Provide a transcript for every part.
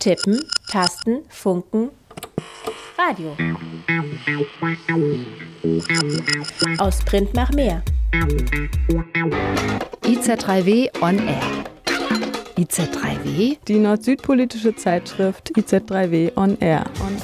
Tippen, Tasten, Funken, Radio. Aus Print mach mehr. IZ3W on Air. IZ3W? Die nord-süd-politische Zeitschrift IZ3W on Air.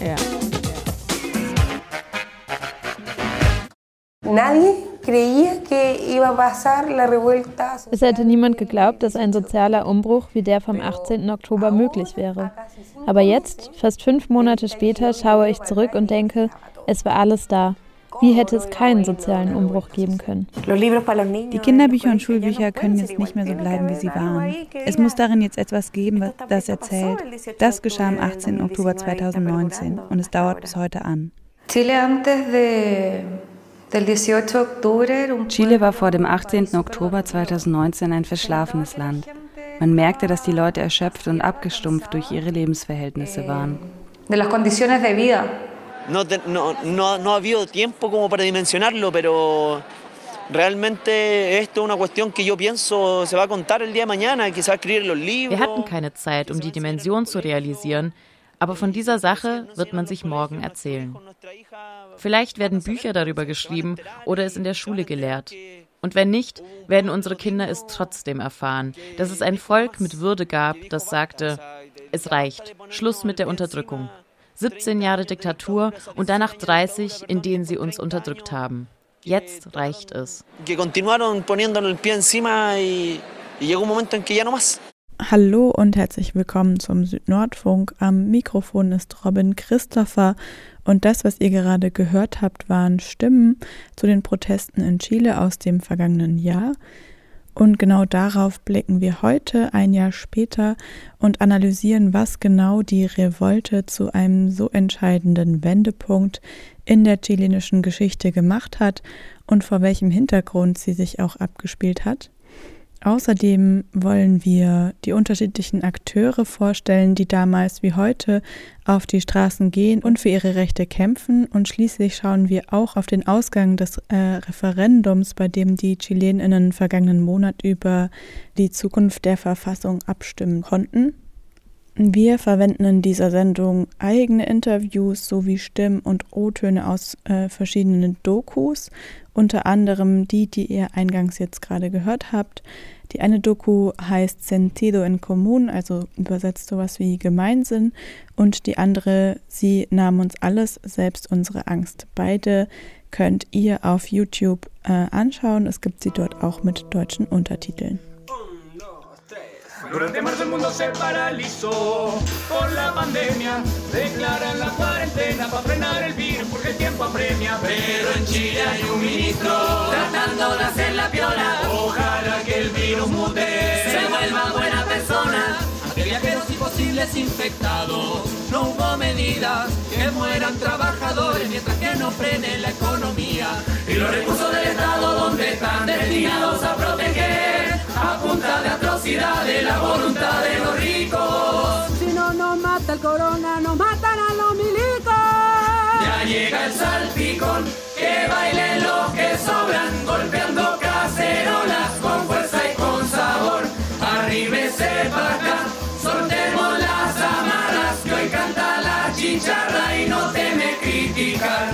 Es hätte niemand geglaubt, dass ein sozialer Umbruch wie der vom 18. Oktober möglich wäre. Aber jetzt, fast 5 Monate später, schaue ich zurück und denke, es war alles da. Wie hätte es keinen sozialen Umbruch geben können? Die Kinderbücher und Schulbücher können jetzt nicht mehr so bleiben, wie sie waren. Es muss darin jetzt etwas geben, das erzählt. Das geschah am 18. Oktober 2019 und es dauert bis heute an. Chile war vor dem 18. Oktober 2019 ein verschlafenes Land. Man merkte, dass die Leute erschöpft und abgestumpft durch ihre Lebensverhältnisse waren. No ha habido tiempo como para dimensionarlo, pero realmente esto es una cuestión que yo pienso se va a contar el día de mañana, que se va a escribir en los libros. Wir hatten keine Zeit, um die Dimension zu realisieren, aber von dieser Sache wird man sich morgen erzählen. Vielleicht werden Bücher darüber geschrieben oder es in der Schule gelehrt. Und wenn nicht, werden unsere Kinder es trotzdem erfahren, dass es ein Volk mit Würde gab, das sagte, es reicht, Schluss mit der Unterdrückung. 17 Jahre Diktatur und danach 30, in denen sie uns unterdrückt haben. Jetzt reicht es. Hallo und herzlich willkommen zum Südnordfunk. Am Mikrofon ist Robin Christopher und das, was ihr gerade gehört habt, waren Stimmen zu den Protesten in Chile aus dem vergangenen Jahr. Und genau darauf blicken wir heute, ein Jahr später, und analysieren, was genau die Revolte zu einem so entscheidenden Wendepunkt in der chilenischen Geschichte gemacht hat und vor welchem Hintergrund sie sich auch abgespielt hat. Außerdem wollen wir die unterschiedlichen Akteure vorstellen, die damals wie heute auf die Straßen gehen und für ihre Rechte kämpfen. Und schließlich schauen wir auch auf den Ausgang des Referendums, bei dem die ChilenInnen vergangenen Monat über die Zukunft der Verfassung abstimmen konnten. Wir verwenden in dieser Sendung eigene Interviews sowie Stimmen und O-Töne aus verschiedenen Dokus, unter anderem die ihr eingangs jetzt gerade gehört habt. Die eine Doku heißt Sentido en Común, also übersetzt sowas wie Gemeinsinn, und die andere, Sie nahmen uns alles, selbst unsere Angst. Beide könnt ihr auf YouTube anschauen, es gibt sie dort auch mit deutschen Untertiteln. Durante marzo el mundo se paralizó por la pandemia. Declaran la cuarentena para frenar el virus porque el tiempo apremia. Pero en Chile hay un ministro tratando de hacer la piola. Ojalá que el virus mute, se vuelva buena persona. Ante viajeros y posibles infectados, no hubo medidas que mueran trabajadores mientras que no frene la economía. Y los recursos del Estado, ¿dónde están destinados a proteger? A punta de atrocidades la voluntad de los ricos. Si no nos mata el corona, nos matan a los milicos. Ya llega el salpicón, que bailen los que sobran, golpeando cacerolas con fuerza y con sabor. Arríbese pa' acá, soltemos las amarras, que hoy canta la chicharra y no teme criticar.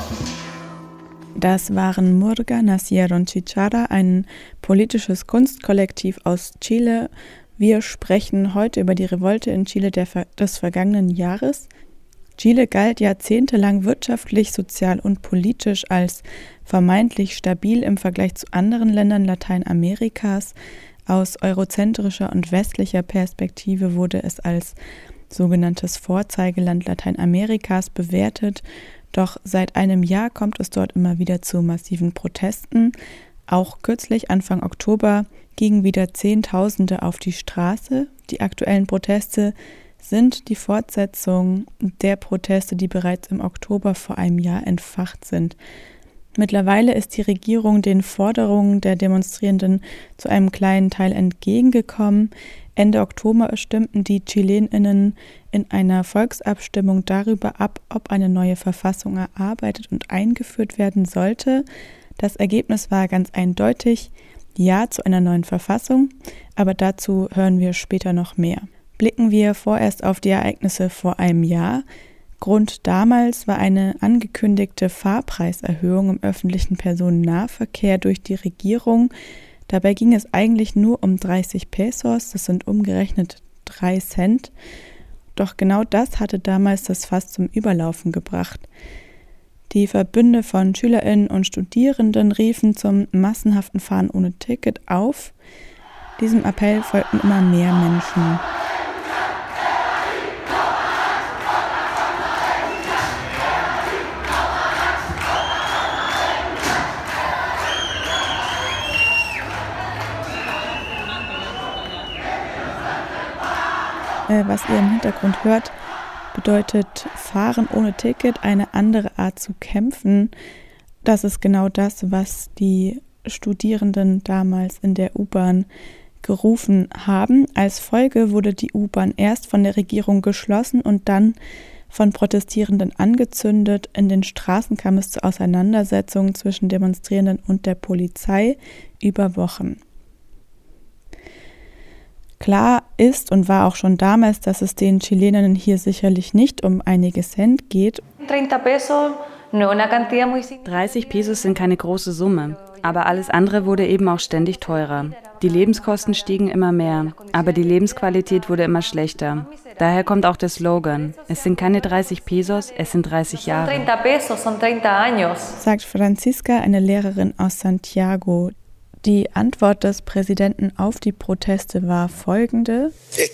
Das waren Murga, Nacieron und Chicharra, ein politisches Kunstkollektiv aus Chile. Wir sprechen heute über die Revolte in Chile des vergangenen Jahres. Chile galt jahrzehntelang wirtschaftlich, sozial und politisch als vermeintlich stabil im Vergleich zu anderen Ländern Lateinamerikas. Aus eurozentrischer und westlicher Perspektive wurde es als sogenanntes Vorzeigeland Lateinamerikas bewertet. Doch seit einem Jahr kommt es dort immer wieder zu massiven Protesten. Auch kürzlich, Anfang Oktober, gingen wieder Zehntausende auf die Straße. Die aktuellen Proteste sind die Fortsetzung der Proteste, die bereits im Oktober vor einem Jahr entfacht sind. Mittlerweile ist die Regierung den Forderungen der Demonstrierenden zu einem kleinen Teil entgegengekommen. Ende Oktober stimmten die ChilenInnen in einer Volksabstimmung darüber ab, ob eine neue Verfassung erarbeitet und eingeführt werden sollte. Das Ergebnis war ganz eindeutig: Ja zu einer neuen Verfassung, aber dazu hören wir später noch mehr. Blicken wir vorerst auf die Ereignisse vor einem Jahr. Grund damals war eine angekündigte Fahrpreiserhöhung im öffentlichen Personennahverkehr durch die Regierung. Dabei ging es eigentlich nur um 30 Pesos, das sind umgerechnet 3 Cent. Doch genau das hatte damals das Fass zum Überlaufen gebracht. Die Verbünde von SchülerInnen und Studierenden riefen zum massenhaften Fahren ohne Ticket auf. Diesem Appell folgten immer mehr Menschen. Was ihr im Hintergrund hört, bedeutet Fahren ohne Ticket, eine andere Art zu kämpfen. Das ist genau das, was die Studierenden damals in der U-Bahn gerufen haben. Als Folge wurde die U-Bahn erst von der Regierung geschlossen und dann von Protestierenden angezündet. In den Straßen kam es zu Auseinandersetzungen zwischen Demonstrierenden und der Polizei über Wochen. Klar ist und war auch schon damals, dass es den Chileninnen hier sicherlich nicht um einige Cent geht. 30 Pesos sind keine große Summe, aber alles andere wurde eben auch ständig teurer. Die Lebenskosten stiegen immer mehr, aber die Lebensqualität wurde immer schlechter. Daher kommt auch der Slogan, es sind keine 30 Pesos, es sind 30 Jahre. Sagt Franziska, eine Lehrerin aus Santiago. Die Antwort des Präsidenten auf die Proteste war folgende: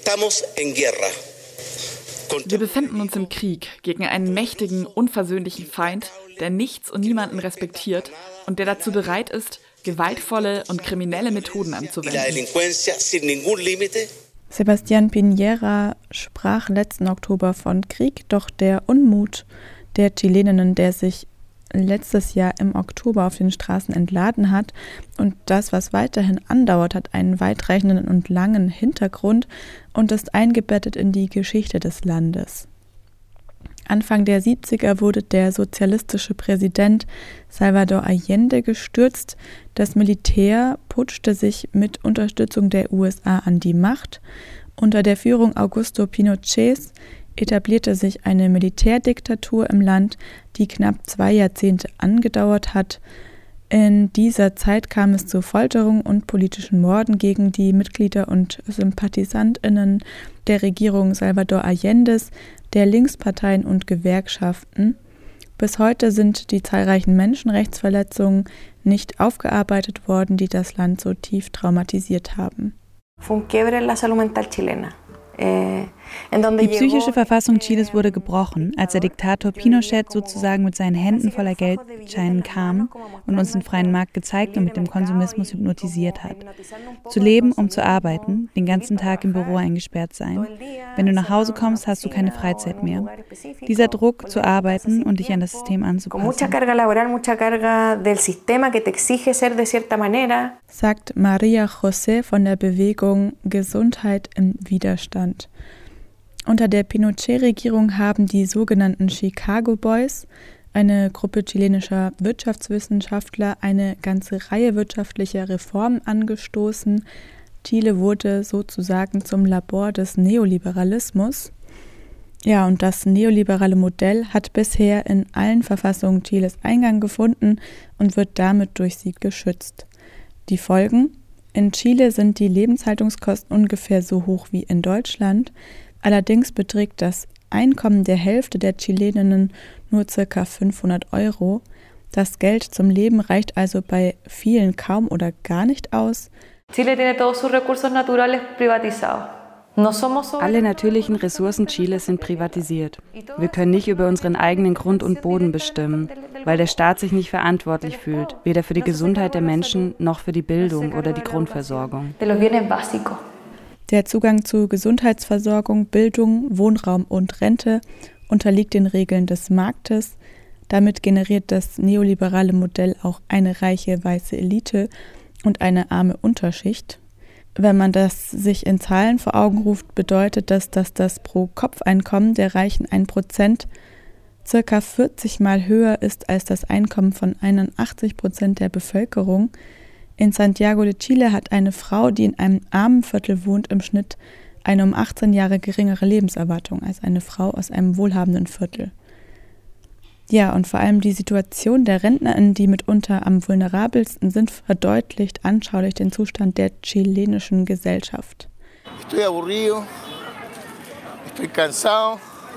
Wir befinden uns im Krieg gegen einen mächtigen, unversöhnlichen Feind, der nichts und niemanden respektiert und der dazu bereit ist, gewaltvolle und kriminelle Methoden anzuwenden. Sebastián Piñera sprach letzten Oktober von Krieg, doch der Unmut der Chileninnen, der sich letztes Jahr im Oktober auf den Straßen entladen hat und das, was weiterhin andauert, hat einen weitreichenden und langen Hintergrund und ist eingebettet in die Geschichte des Landes. Anfang der 70er wurde der sozialistische Präsident Salvador Allende gestürzt. Das Militär putschte sich mit Unterstützung der USA an die Macht. Unter der Führung Augusto Pinochets etablierte sich eine Militärdiktatur im Land, die knapp 2 Jahrzehnte angedauert hat. In dieser Zeit kam es zu Folterungen und politischen Morden gegen die Mitglieder und SympathisantInnen der Regierung Salvador Allendes, der Linksparteien und Gewerkschaften. Bis heute sind die zahlreichen Menschenrechtsverletzungen nicht aufgearbeitet worden, die das Land so tief traumatisiert haben. Die psychische Verfassung Chiles wurde gebrochen, als der Diktator Pinochet sozusagen mit seinen Händen voller Geldscheinen kam und uns den freien Markt gezeigt und mit dem Konsumismus hypnotisiert hat. Zu leben, um zu arbeiten, den ganzen Tag im Büro eingesperrt sein. Wenn du nach Hause kommst, hast du keine Freizeit mehr. Dieser Druck, zu arbeiten und dich an das System anzupassen. Sagt Maria José von der Bewegung Gesundheit im Widerstand. Unter der Pinochet-Regierung haben die sogenannten Chicago Boys, eine Gruppe chilenischer Wirtschaftswissenschaftler, eine ganze Reihe wirtschaftlicher Reformen angestoßen. Chile wurde sozusagen zum Labor des Neoliberalismus. Ja, und das neoliberale Modell hat bisher in allen Verfassungen Chiles Eingang gefunden und wird damit durch sie geschützt. Die Folgen? In Chile sind die Lebenshaltungskosten ungefähr so hoch wie in Deutschland. Allerdings beträgt das Einkommen der Hälfte der Chileninnen nur ca. 500 €. Das Geld zum Leben reicht also bei vielen kaum oder gar nicht aus. Alle natürlichen Ressourcen Chiles sind privatisiert. Wir können nicht über unseren eigenen Grund und Boden bestimmen, weil der Staat sich nicht verantwortlich fühlt, weder für die Gesundheit der Menschen noch für die Bildung oder die Grundversorgung. Der Zugang zu Gesundheitsversorgung, Bildung, Wohnraum und Rente unterliegt den Regeln des Marktes. Damit generiert das neoliberale Modell auch eine reiche weiße Elite und eine arme Unterschicht. Wenn man das sich in Zahlen vor Augen ruft, bedeutet das, dass das Pro-Kopf-Einkommen der reichen 1% ca. 40 Mal höher ist als das Einkommen von 81% der Bevölkerung. In Santiago de Chile hat eine Frau, die in einem armen Viertel wohnt, im Schnitt eine um 18 Jahre geringere Lebenserwartung als eine Frau aus einem wohlhabenden Viertel. Ja, und vor allem die Situation der RentnerInnen, die mitunter am vulnerabelsten sind, verdeutlicht anschaulich den Zustand der chilenischen Gesellschaft. Estoy aburrido, estoy cansado,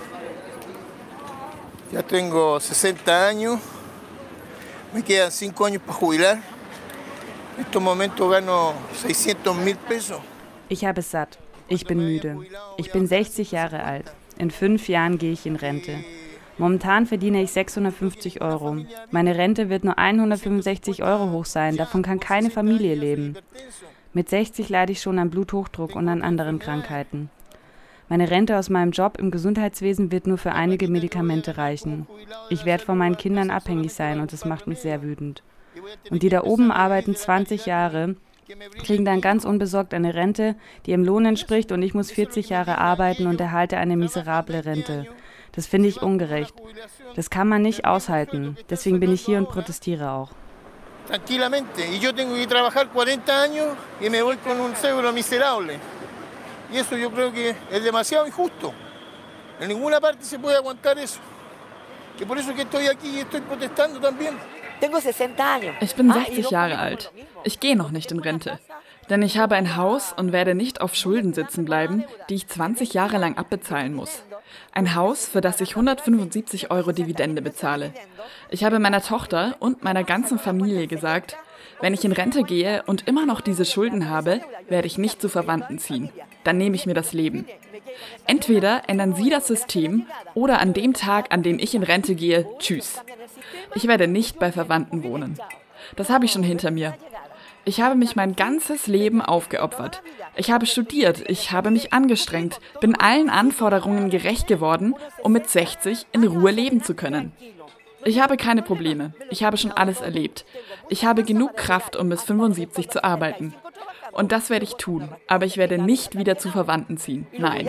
ya tengo 60 años, me quedan 5 años para jubilar. En estos momentos gano 600.000 pesos. Ich habe es satt. Ich bin müde. Ich bin 60 Jahre alt. In 5 Jahren gehe ich in Rente. Momentan verdiene ich 650 €. Meine Rente wird nur 165 € hoch sein. Davon kann keine Familie leben. Mit 60 leide ich schon an Bluthochdruck und an anderen Krankheiten. Meine Rente aus meinem Job im Gesundheitswesen wird nur für einige Medikamente reichen. Ich werde von meinen Kindern abhängig sein und das macht mich sehr wütend. Und die da oben arbeiten 20 Jahre, kriegen dann ganz unbesorgt eine Rente, die ihrem Lohn entspricht, und ich muss 40 Jahre arbeiten und erhalte eine miserable Rente. Das finde ich ungerecht. Das kann man nicht aushalten. Deswegen bin ich hier und protestiere auch. Tranquilamente. Y yo tengo que trabajar 40 años y me voy con un sueldo miserable. Y eso yo creo que es demasiado injusto. En ninguna parte se puede aguantar eso. Y por eso que estoy aquí y estoy protestando también. Ich bin 60 Jahre alt. Ich gehe noch nicht in Rente. Denn ich habe ein Haus und werde nicht auf Schulden sitzen bleiben, die ich 20 Jahre lang abbezahlen muss. Ein Haus, für das ich 175 € Dividende bezahle. Ich habe meiner Tochter und meiner ganzen Familie gesagt, wenn ich in Rente gehe und immer noch diese Schulden habe, werde ich nicht zu Verwandten ziehen. Dann nehme ich mir das Leben. Entweder ändern Sie das System oder an dem Tag, an dem ich in Rente gehe, tschüss. Ich werde nicht bei Verwandten wohnen. Das habe ich schon hinter mir. Ich habe mich mein ganzes Leben aufgeopfert. Ich habe studiert, ich habe mich angestrengt, bin allen Anforderungen gerecht geworden, um mit 60 in Ruhe leben zu können. Ich habe keine Probleme. Ich habe schon alles erlebt. Ich habe genug Kraft, um bis 75 zu arbeiten. Und das werde ich tun. Aber ich werde nicht wieder zu Verwandten ziehen. Nein.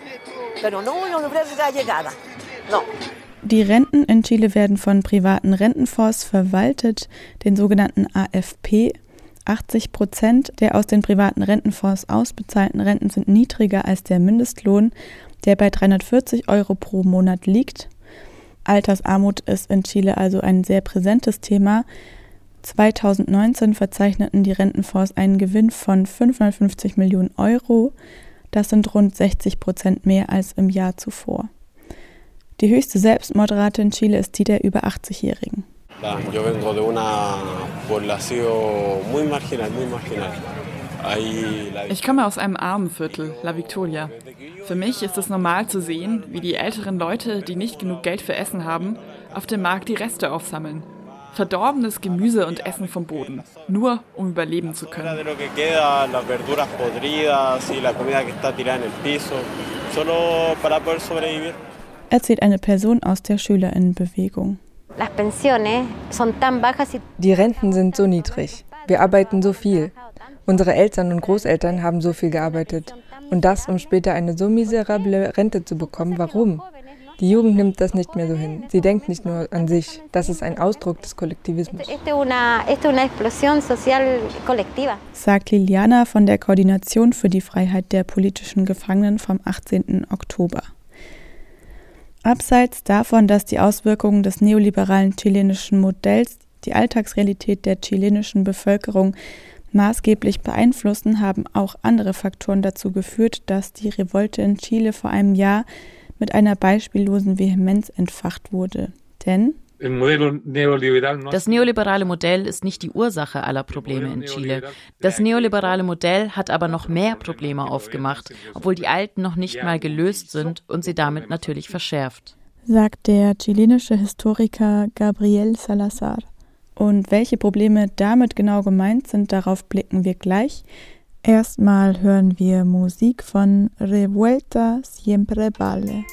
Die Renten in Chile werden von privaten Rentenfonds verwaltet, den sogenannten AFP. 80% der aus den privaten Rentenfonds ausbezahlten Renten sind niedriger als der Mindestlohn, der bei 340 € pro Monat liegt. Altersarmut ist in Chile also ein sehr präsentes Thema. 2019 verzeichneten die Rentenfonds einen Gewinn von 550 Millionen €. Das sind rund 60% mehr als im Jahr zuvor. Die höchste Selbstmordrate in Chile ist die der über 80-Jährigen. Yo vengo de una población muy marginal, muy marginal. Ich komme aus einem armen Viertel, La Victoria. Für mich ist es normal zu sehen, wie die älteren Leute, die nicht genug Geld für Essen haben, auf dem Markt die Reste aufsammeln. Verdorbenes Gemüse und Essen vom Boden, nur um überleben zu können. Erzählt eine Person aus der SchülerInnenbewegung. Die Renten sind so niedrig. Wir arbeiten so viel. Unsere Eltern und Großeltern haben so viel gearbeitet. Und das, um später eine so miserable Rente zu bekommen. Warum? Die Jugend nimmt das nicht mehr so hin. Sie denkt nicht nur an sich. Das ist ein Ausdruck des Kollektivismus. Sagt Liliana von der Koordination für die Freiheit der politischen Gefangenen vom 18. Oktober. Abseits davon, dass die Auswirkungen des neoliberalen chilenischen Modells die Alltagsrealität der chilenischen Bevölkerung maßgeblich beeinflussen, haben auch andere Faktoren dazu geführt, dass die Revolte in Chile vor einem Jahr mit einer beispiellosen Vehemenz entfacht wurde. Denn das neoliberale Modell ist nicht die Ursache aller Probleme in Chile. Das neoliberale Modell hat aber noch mehr Probleme aufgemacht, obwohl die alten noch nicht mal gelöst sind und sie damit natürlich verschärft. Sagt der chilenische Historiker Gabriel Salazar. Und welche Probleme damit genau gemeint sind, darauf blicken wir gleich. Erstmal hören wir Musik von Revuelta Siempre Vale.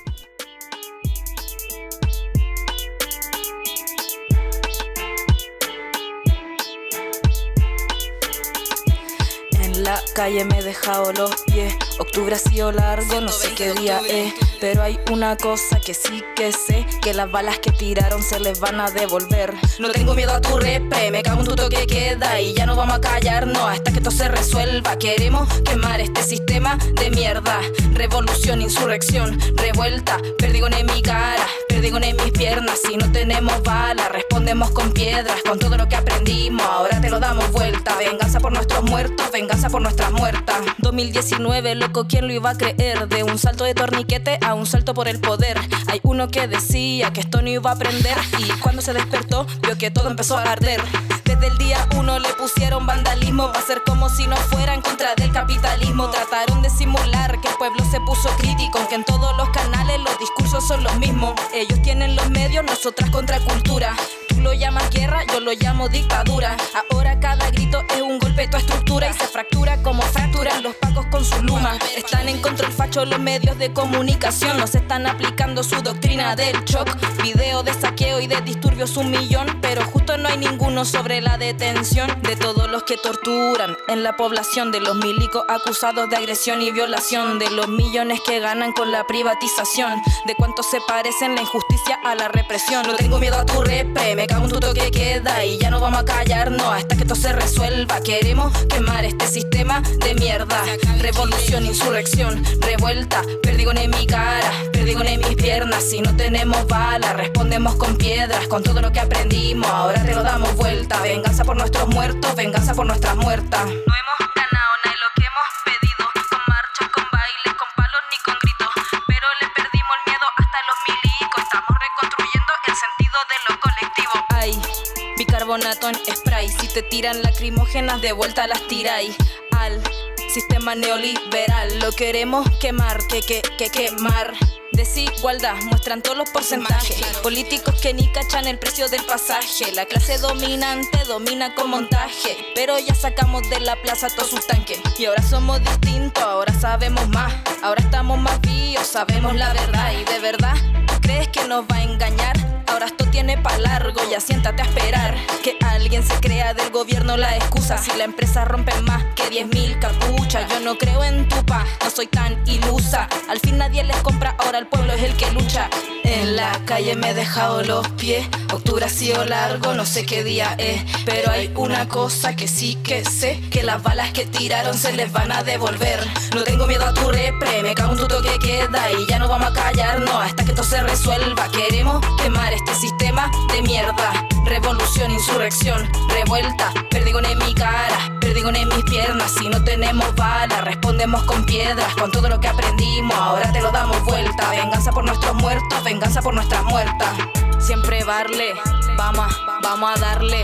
la calle me he dejado los pies. Octubre ha sido largo, no sé qué día es, pero hay una cosa que sí que sé, que las balas que tiraron se les van a devolver. No tengo miedo a tu repre, me cago en tu toque queda y ya no vamos a callarnos hasta que esto se resuelva. Queremos quemar este sistema de mierda. Revolución, insurrección, revuelta, perdigón en mi cara, perdigón en mis piernas. Si no tenemos balas, respondemos con piedras, con todo lo que aprendimos, ahora te lo damos vuelta. Venganza por nuestros muertos, venganza por nuestras muertas. 2019, loco, ¿quién lo iba a creer? De un salto de torniquete a un salto por el poder. Hay uno que decía que esto no iba a aprender y cuando se despertó vio que todo empezó a arder. Desde el día 1 le pusieron vandalismo para hacer como si no fuera en contra del capitalismo. Trataron de simular que el pueblo se puso crítico, aunque en todos los canales los discursos son los mismos. Ellos tienen los medios, nosotras contracultura. Tú lo llamas guerra, yo lo llamo dictadura. Ahora cada grito es un golpe a tu estructura y se fractura como fracturan los pacos con su luma. Están en control facho los medios de comunicación, nos están aplicando su doctrina del shock. Video de saqueo y de disturbios 1 millón, pero justo no hay ninguno sobre la detención de todos los que torturan en la población, de los milicos acusados de agresión y violación, de los millones que ganan con la privatización, de cuántos se parecen la injusticia a la represión. No tengo miedo a tu repre, me cago en tu toque queda y ya no vamos a callarnos hasta que esto se resuelva. Queremos quemar este sistema de mierda. Revolución, insurrección, revuelta, perdigón en mi cara, perdigón en mis piernas. Si no tenemos balas, respondemos con piedras, con todo lo que aprendimos, ahora te lo damos vuelta. Venganza por nuestros muertos, venganza por nuestras muertas. No hemos ganado nada de lo que hemos pedido, con marchas, con bailes, con palos ni con gritos, pero le perdimos el miedo hasta los milicos. Estamos reconstruyendo el sentido de lo colectivo. Ay, bicarbonato en spray, si te tiran lacrimógenas de vuelta las tiráis. Al sistema neoliberal lo queremos quemar, que quemar. Desigualdad, muestran todos los porcentajes. Políticos que ni cachan el precio del pasaje. La clase dominante domina con montaje, pero ya sacamos de la plaza todos sus tanques. Y ahora somos distintos, ahora sabemos más. Ahora estamos más vivos, sabemos la verdad. Y de verdad, ¿crees que nos va a engañar? Ahora esto tiene pa' largo, ya siéntate a esperar que alguien se crea del gobierno la excusa. Si la empresa rompe más que 10.000 capuchas, yo no creo en tu paz, no soy tan ilusa. Al fin nadie les compra, ahora el pueblo es el que lucha. En la calle me he dejado los pies. Octubre ha sido largo, no sé qué día es, pero hay una cosa que sí que sé, que las balas que tiraron se les van a devolver. No tengo miedo a tu repre, me cago en tu toque queda y ya no vamos a callarnos hasta que esto se resuelva. Queremos quemar este sistema de mierda. Revolución, insurrección, revuelta, perdigón en mi cara, perdigón en mis piernas. Si no tenemos balas, respondemos con piedras, con todo lo que aprendimos, ahora te lo damos vuelta. Venganza por nuestros muertos, venganza por nuestras muertas. Siempre barle, vamos a darle.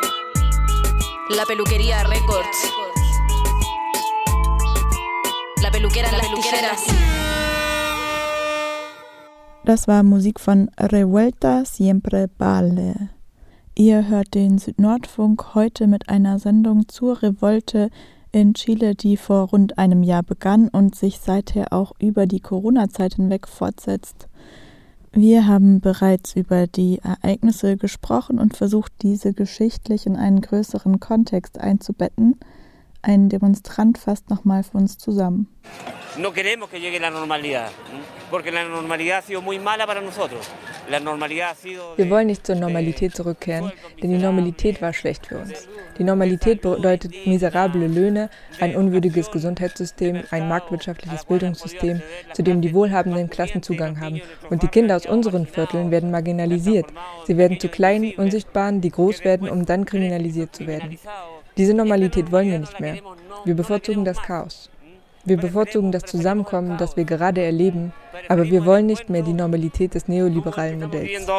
La Peluquería Records, la peluquera en las tijeras. Das war Musik von Revuelta Siempre Vale. Ihr hört den Südnordfunk heute mit einer Sendung zur Revolte in Chile, die vor rund einem Jahr begann und sich seither auch über die Corona-Zeit hinweg fortsetzt. Wir haben bereits über die Ereignisse gesprochen und versucht, diese geschichtlich in einen größeren Kontext einzubetten. Ein Demonstrant fasst nochmal für uns zusammen. No queremos que llegue la normalidad, porque la normalidad ha sido muy mala para nosotros. Wir wollen nicht zur Normalität zurückkehren, denn die Normalität war schlecht für uns. Die Normalität bedeutet miserable Löhne, ein unwürdiges Gesundheitssystem, ein marktwirtschaftliches Bildungssystem, zu dem die wohlhabenden Klassen Zugang haben. Und die Kinder aus unseren Vierteln werden marginalisiert. Sie werden zu kleinen, unsichtbaren, die groß werden, um dann kriminalisiert zu werden. Diese Normalität wollen wir nicht mehr. Wir bevorzugen das Chaos. Wir bevorzugen das Zusammenkommen, das wir gerade erleben, aber wir wollen nicht mehr die Normalität des neoliberalen Modells.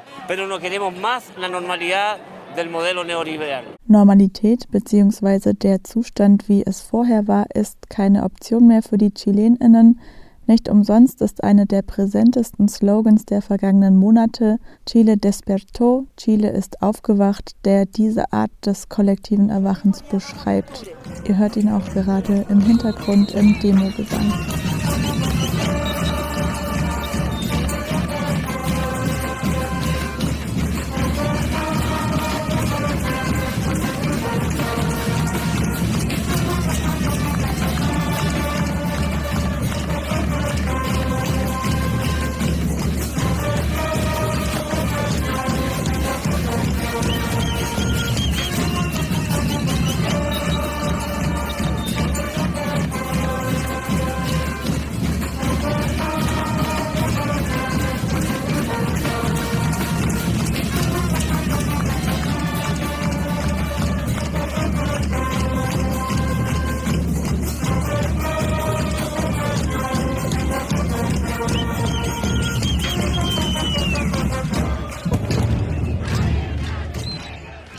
Normalität bzw. der Zustand, wie es vorher war, ist keine Option mehr für die ChilenInnen. Nicht umsonst ist einer der präsentesten Slogans der vergangenen Monate Chile despertó, Chile ist aufgewacht, der diese Art des kollektiven Erwachens beschreibt. Ihr hört ihn auch gerade im Hintergrund im Demogesang.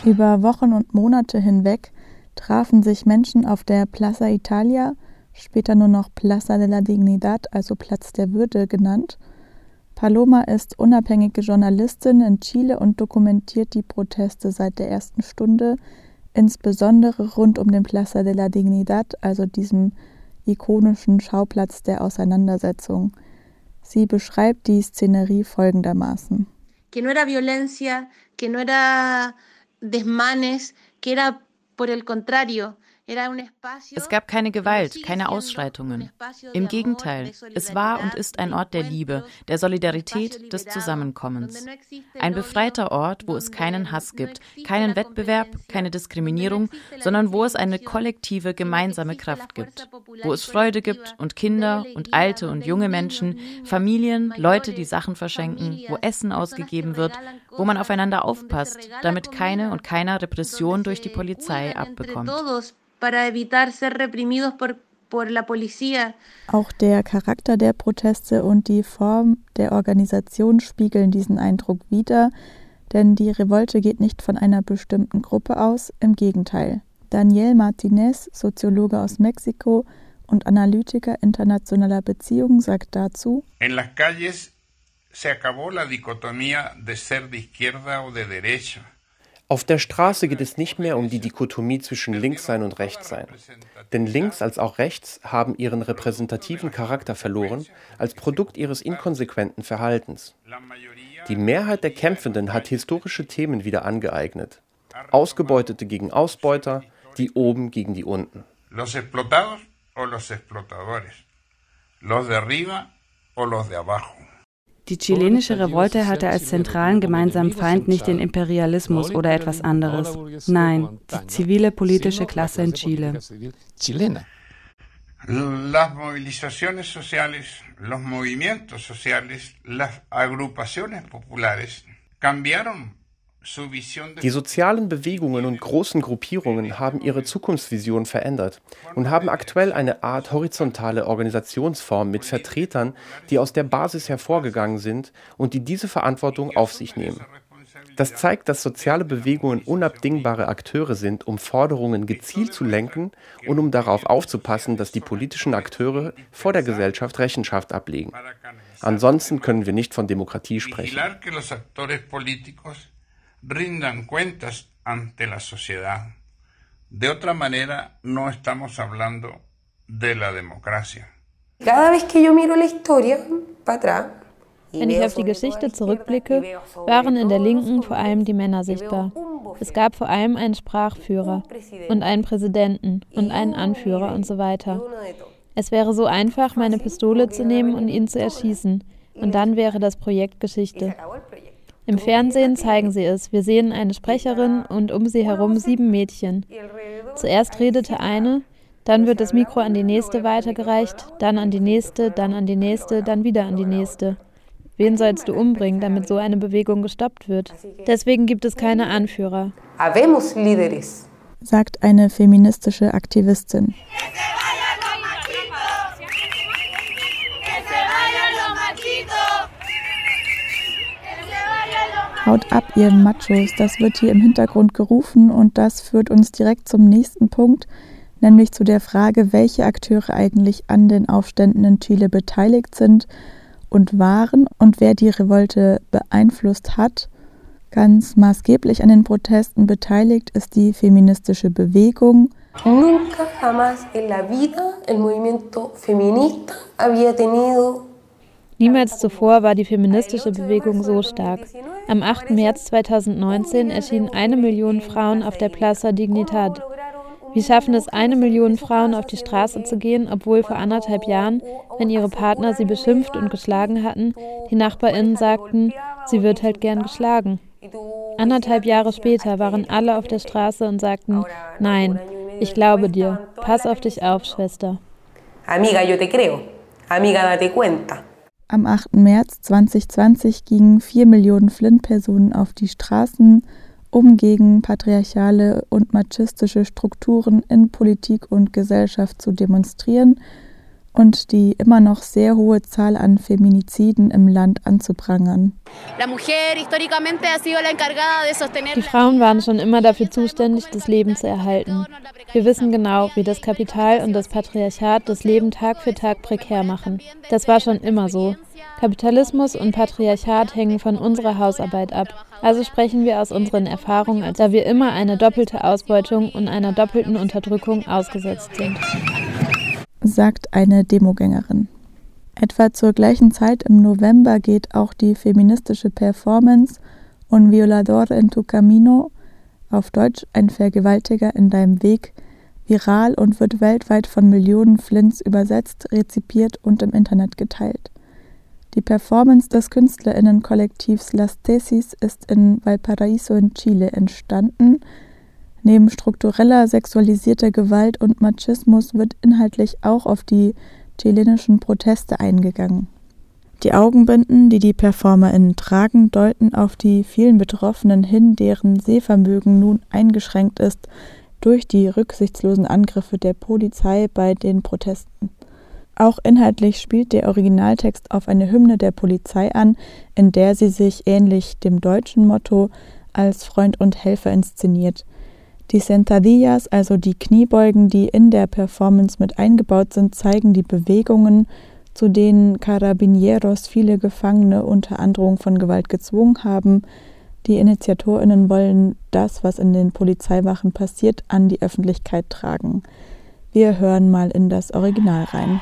Über Wochen und Monate hinweg trafen sich Menschen auf der Plaza Italia, später nur noch Plaza de la Dignidad, also Platz der Würde genannt. Paloma ist unabhängige Journalistin in Chile und dokumentiert die Proteste seit der ersten Stunde, insbesondere rund um den Plaza de la Dignidad, also diesem ikonischen Schauplatz der Auseinandersetzung. Sie beschreibt die Szenerie folgendermaßen. Que no era violencia, que no era desmanes, que era por el contrario. Es gab keine Gewalt, keine Ausschreitungen. Im Gegenteil, es war und ist ein Ort der Liebe, der Solidarität, des Zusammenkommens. Ein befreiter Ort, wo es keinen Hass gibt, keinen Wettbewerb, keine Diskriminierung, sondern wo es eine kollektive, gemeinsame Kraft gibt. Wo es Freude gibt und Kinder und alte und junge Menschen, Familien, Leute, die Sachen verschenken, wo Essen ausgegeben wird, wo man aufeinander aufpasst, damit keine und keiner Repression durch die Polizei abbekommt. Para evitar ser reprimidos por la policía. Auch der Charakter der Proteste und die Form der Organisation spiegeln diesen Eindruck wider, denn die Revolte geht nicht von einer bestimmten Gruppe aus, im Gegenteil. Daniel Martinez, Soziologe aus Mexiko und Analytiker internationaler Beziehungen, sagt dazu: En las calles se acabó la dicotomía de ser de izquierda o de derecha. Auf der Straße geht es nicht mehr um die Dichotomie zwischen Linkssein und Rechtssein. Denn links als auch rechts haben ihren repräsentativen Charakter verloren, als Produkt ihres inkonsequenten Verhaltens. Die Mehrheit der Kämpfenden hat historische Themen wieder angeeignet. Ausgebeutete gegen Ausbeuter, die Oben gegen die Unten. Los explotados o los explotadores. Los de arriba o los de abajo. Die chilenische Revolte hatte als zentralen gemeinsamen Feind nicht den Imperialismus oder etwas anderes. Nein, die zivile politische Klasse in Chile. Las movilizaciones sociales, los movimientos sociales, las agrupaciones populares cambiaron. Die sozialen Bewegungen und großen Gruppierungen haben ihre Zukunftsvision verändert und haben aktuell eine Art horizontale Organisationsform mit Vertretern, die aus der Basis hervorgegangen sind und die diese Verantwortung auf sich nehmen. Das zeigt, dass soziale Bewegungen unabdingbare Akteure sind, um Forderungen gezielt zu lenken und um darauf aufzupassen, dass die politischen Akteure vor der Gesellschaft Rechenschaft ablegen. Ansonsten können wir nicht von Demokratie sprechen. Rindan cuentas ante la sociedad. De otra manera, no estamos hablando de la democracia. Cada vez que yo miro la historia para atrás. Wenn ich auf die Geschichte zurückblicke, waren in der Linken vor allem die Männer sichtbar. Es gab vor allem einen Sprachführer und einen Präsidenten und einen Anführer und so weiter. Es wäre so einfach, meine Pistole zu nehmen und ihn zu erschießen. Und dann wäre das Projekt Geschichte. Im Fernsehen zeigen sie es. Wir sehen eine Sprecherin und um sie herum 7 Mädchen. Zuerst redete eine, dann wird das Mikro an die nächste weitergereicht, dann an die nächste, dann an die nächste, dann wieder an die nächste. Wen sollst du umbringen, damit so eine Bewegung gestoppt wird? Deswegen gibt es keine Anführer. Habemos líderes, sagt eine feministische Aktivistin. Haut ab, ihr Machos, das wird hier im Hintergrund gerufen und das führt uns direkt zum nächsten Punkt, nämlich zu der Frage, welche Akteure eigentlich an den Aufständen in Chile beteiligt sind und waren und wer die Revolte beeinflusst hat. Ganz maßgeblich an den Protesten beteiligt ist die feministische Bewegung. Nunca jamás en la vida el movimiento feminista había tenido. Niemals zuvor war die feministische Bewegung so stark. Am 8. März 2019 erschienen 1 Million Frauen auf der Plaza Dignidad. Wie schaffen es 1 Million Frauen auf die Straße zu gehen, obwohl vor 1,5 Jahren, wenn ihre Partner sie beschimpft und geschlagen hatten, die NachbarInnen sagten, sie wird halt gern geschlagen. 1,5 Jahre später waren alle auf der Straße und sagten, nein, ich glaube dir, pass auf dich auf, Schwester. Amiga, yo te creo. Amiga, date cuenta. Am 8. März 2020 gingen 4 Millionen Flint-Personen auf die Straßen, um gegen patriarchale und machistische Strukturen in Politik und Gesellschaft zu demonstrieren und die immer noch sehr hohe Zahl an Feminiziden im Land anzuprangern. Die Frauen waren schon immer dafür zuständig, das Leben zu erhalten. Wir wissen genau, wie das Kapital und das Patriarchat das Leben Tag für Tag prekär machen. Das war schon immer so. Kapitalismus und Patriarchat hängen von unserer Hausarbeit ab. Also sprechen wir aus unseren Erfahrungen, als da wir immer einer doppelten Ausbeutung und einer doppelten Unterdrückung ausgesetzt sind, sagt eine Demogängerin. Etwa zur gleichen Zeit im November geht auch die feministische Performance Un violador en tu camino, auf Deutsch ein Vergewaltiger in deinem Weg, viral und wird weltweit von Millionen Flints übersetzt, rezipiert und im Internet geteilt. Die Performance des KünstlerInnen-Kollektivs Las Tesis ist in Valparaíso in Chile entstanden. Neben struktureller sexualisierter Gewalt und Machismus wird inhaltlich auch auf die chilenischen Proteste eingegangen. Die Augenbinden, die die PerformerInnen tragen, deuten auf die vielen Betroffenen hin, deren Sehvermögen nun eingeschränkt ist durch die rücksichtslosen Angriffe der Polizei bei den Protesten. Auch inhaltlich spielt der Originaltext auf eine Hymne der Polizei an, in der sie sich ähnlich dem deutschen Motto als Freund und Helfer inszeniert. Die Sentadillas, also die Kniebeugen, die in der Performance mit eingebaut sind, zeigen die Bewegungen, zu denen Carabinieros viele Gefangene unter Androhung von Gewalt gezwungen haben. Die InitiatorInnen wollen das, was in den Polizeiwachen passiert, an die Öffentlichkeit tragen. Wir hören mal in das Original rein.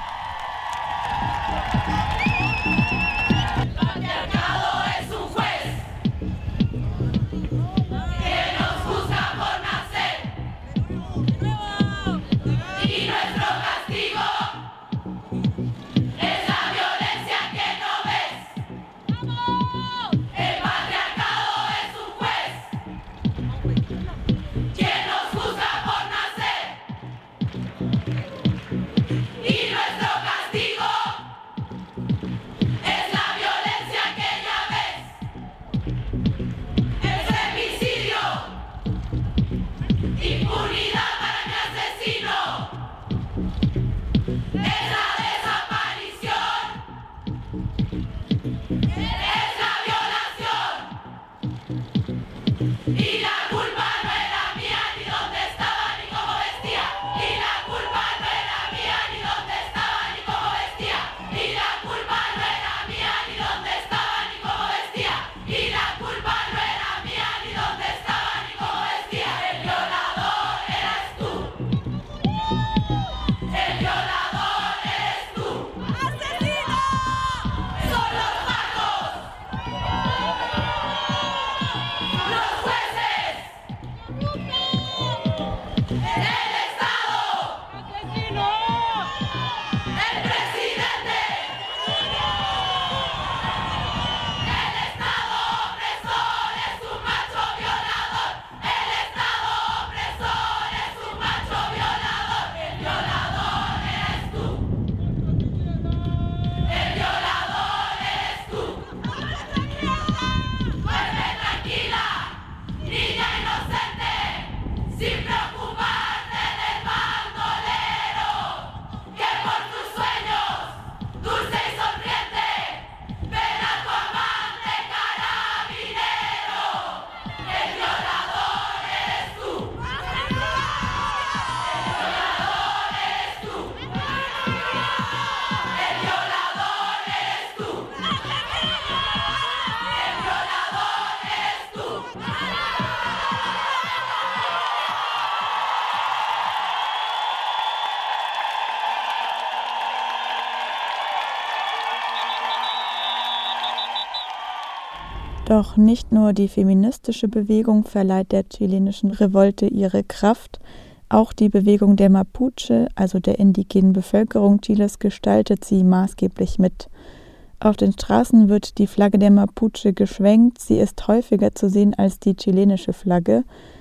Doch nicht nur die feministische Bewegung verleiht der chilenischen Revolte ihre Kraft, auch die Bewegung der Mapuche, also der indigenen Bevölkerung Chiles, gestaltet sie maßgeblich mit. Auf den Straßen wird die Flagge der Mapuche geschwenkt, sie ist häufiger zu sehen als die chilenische Flagge.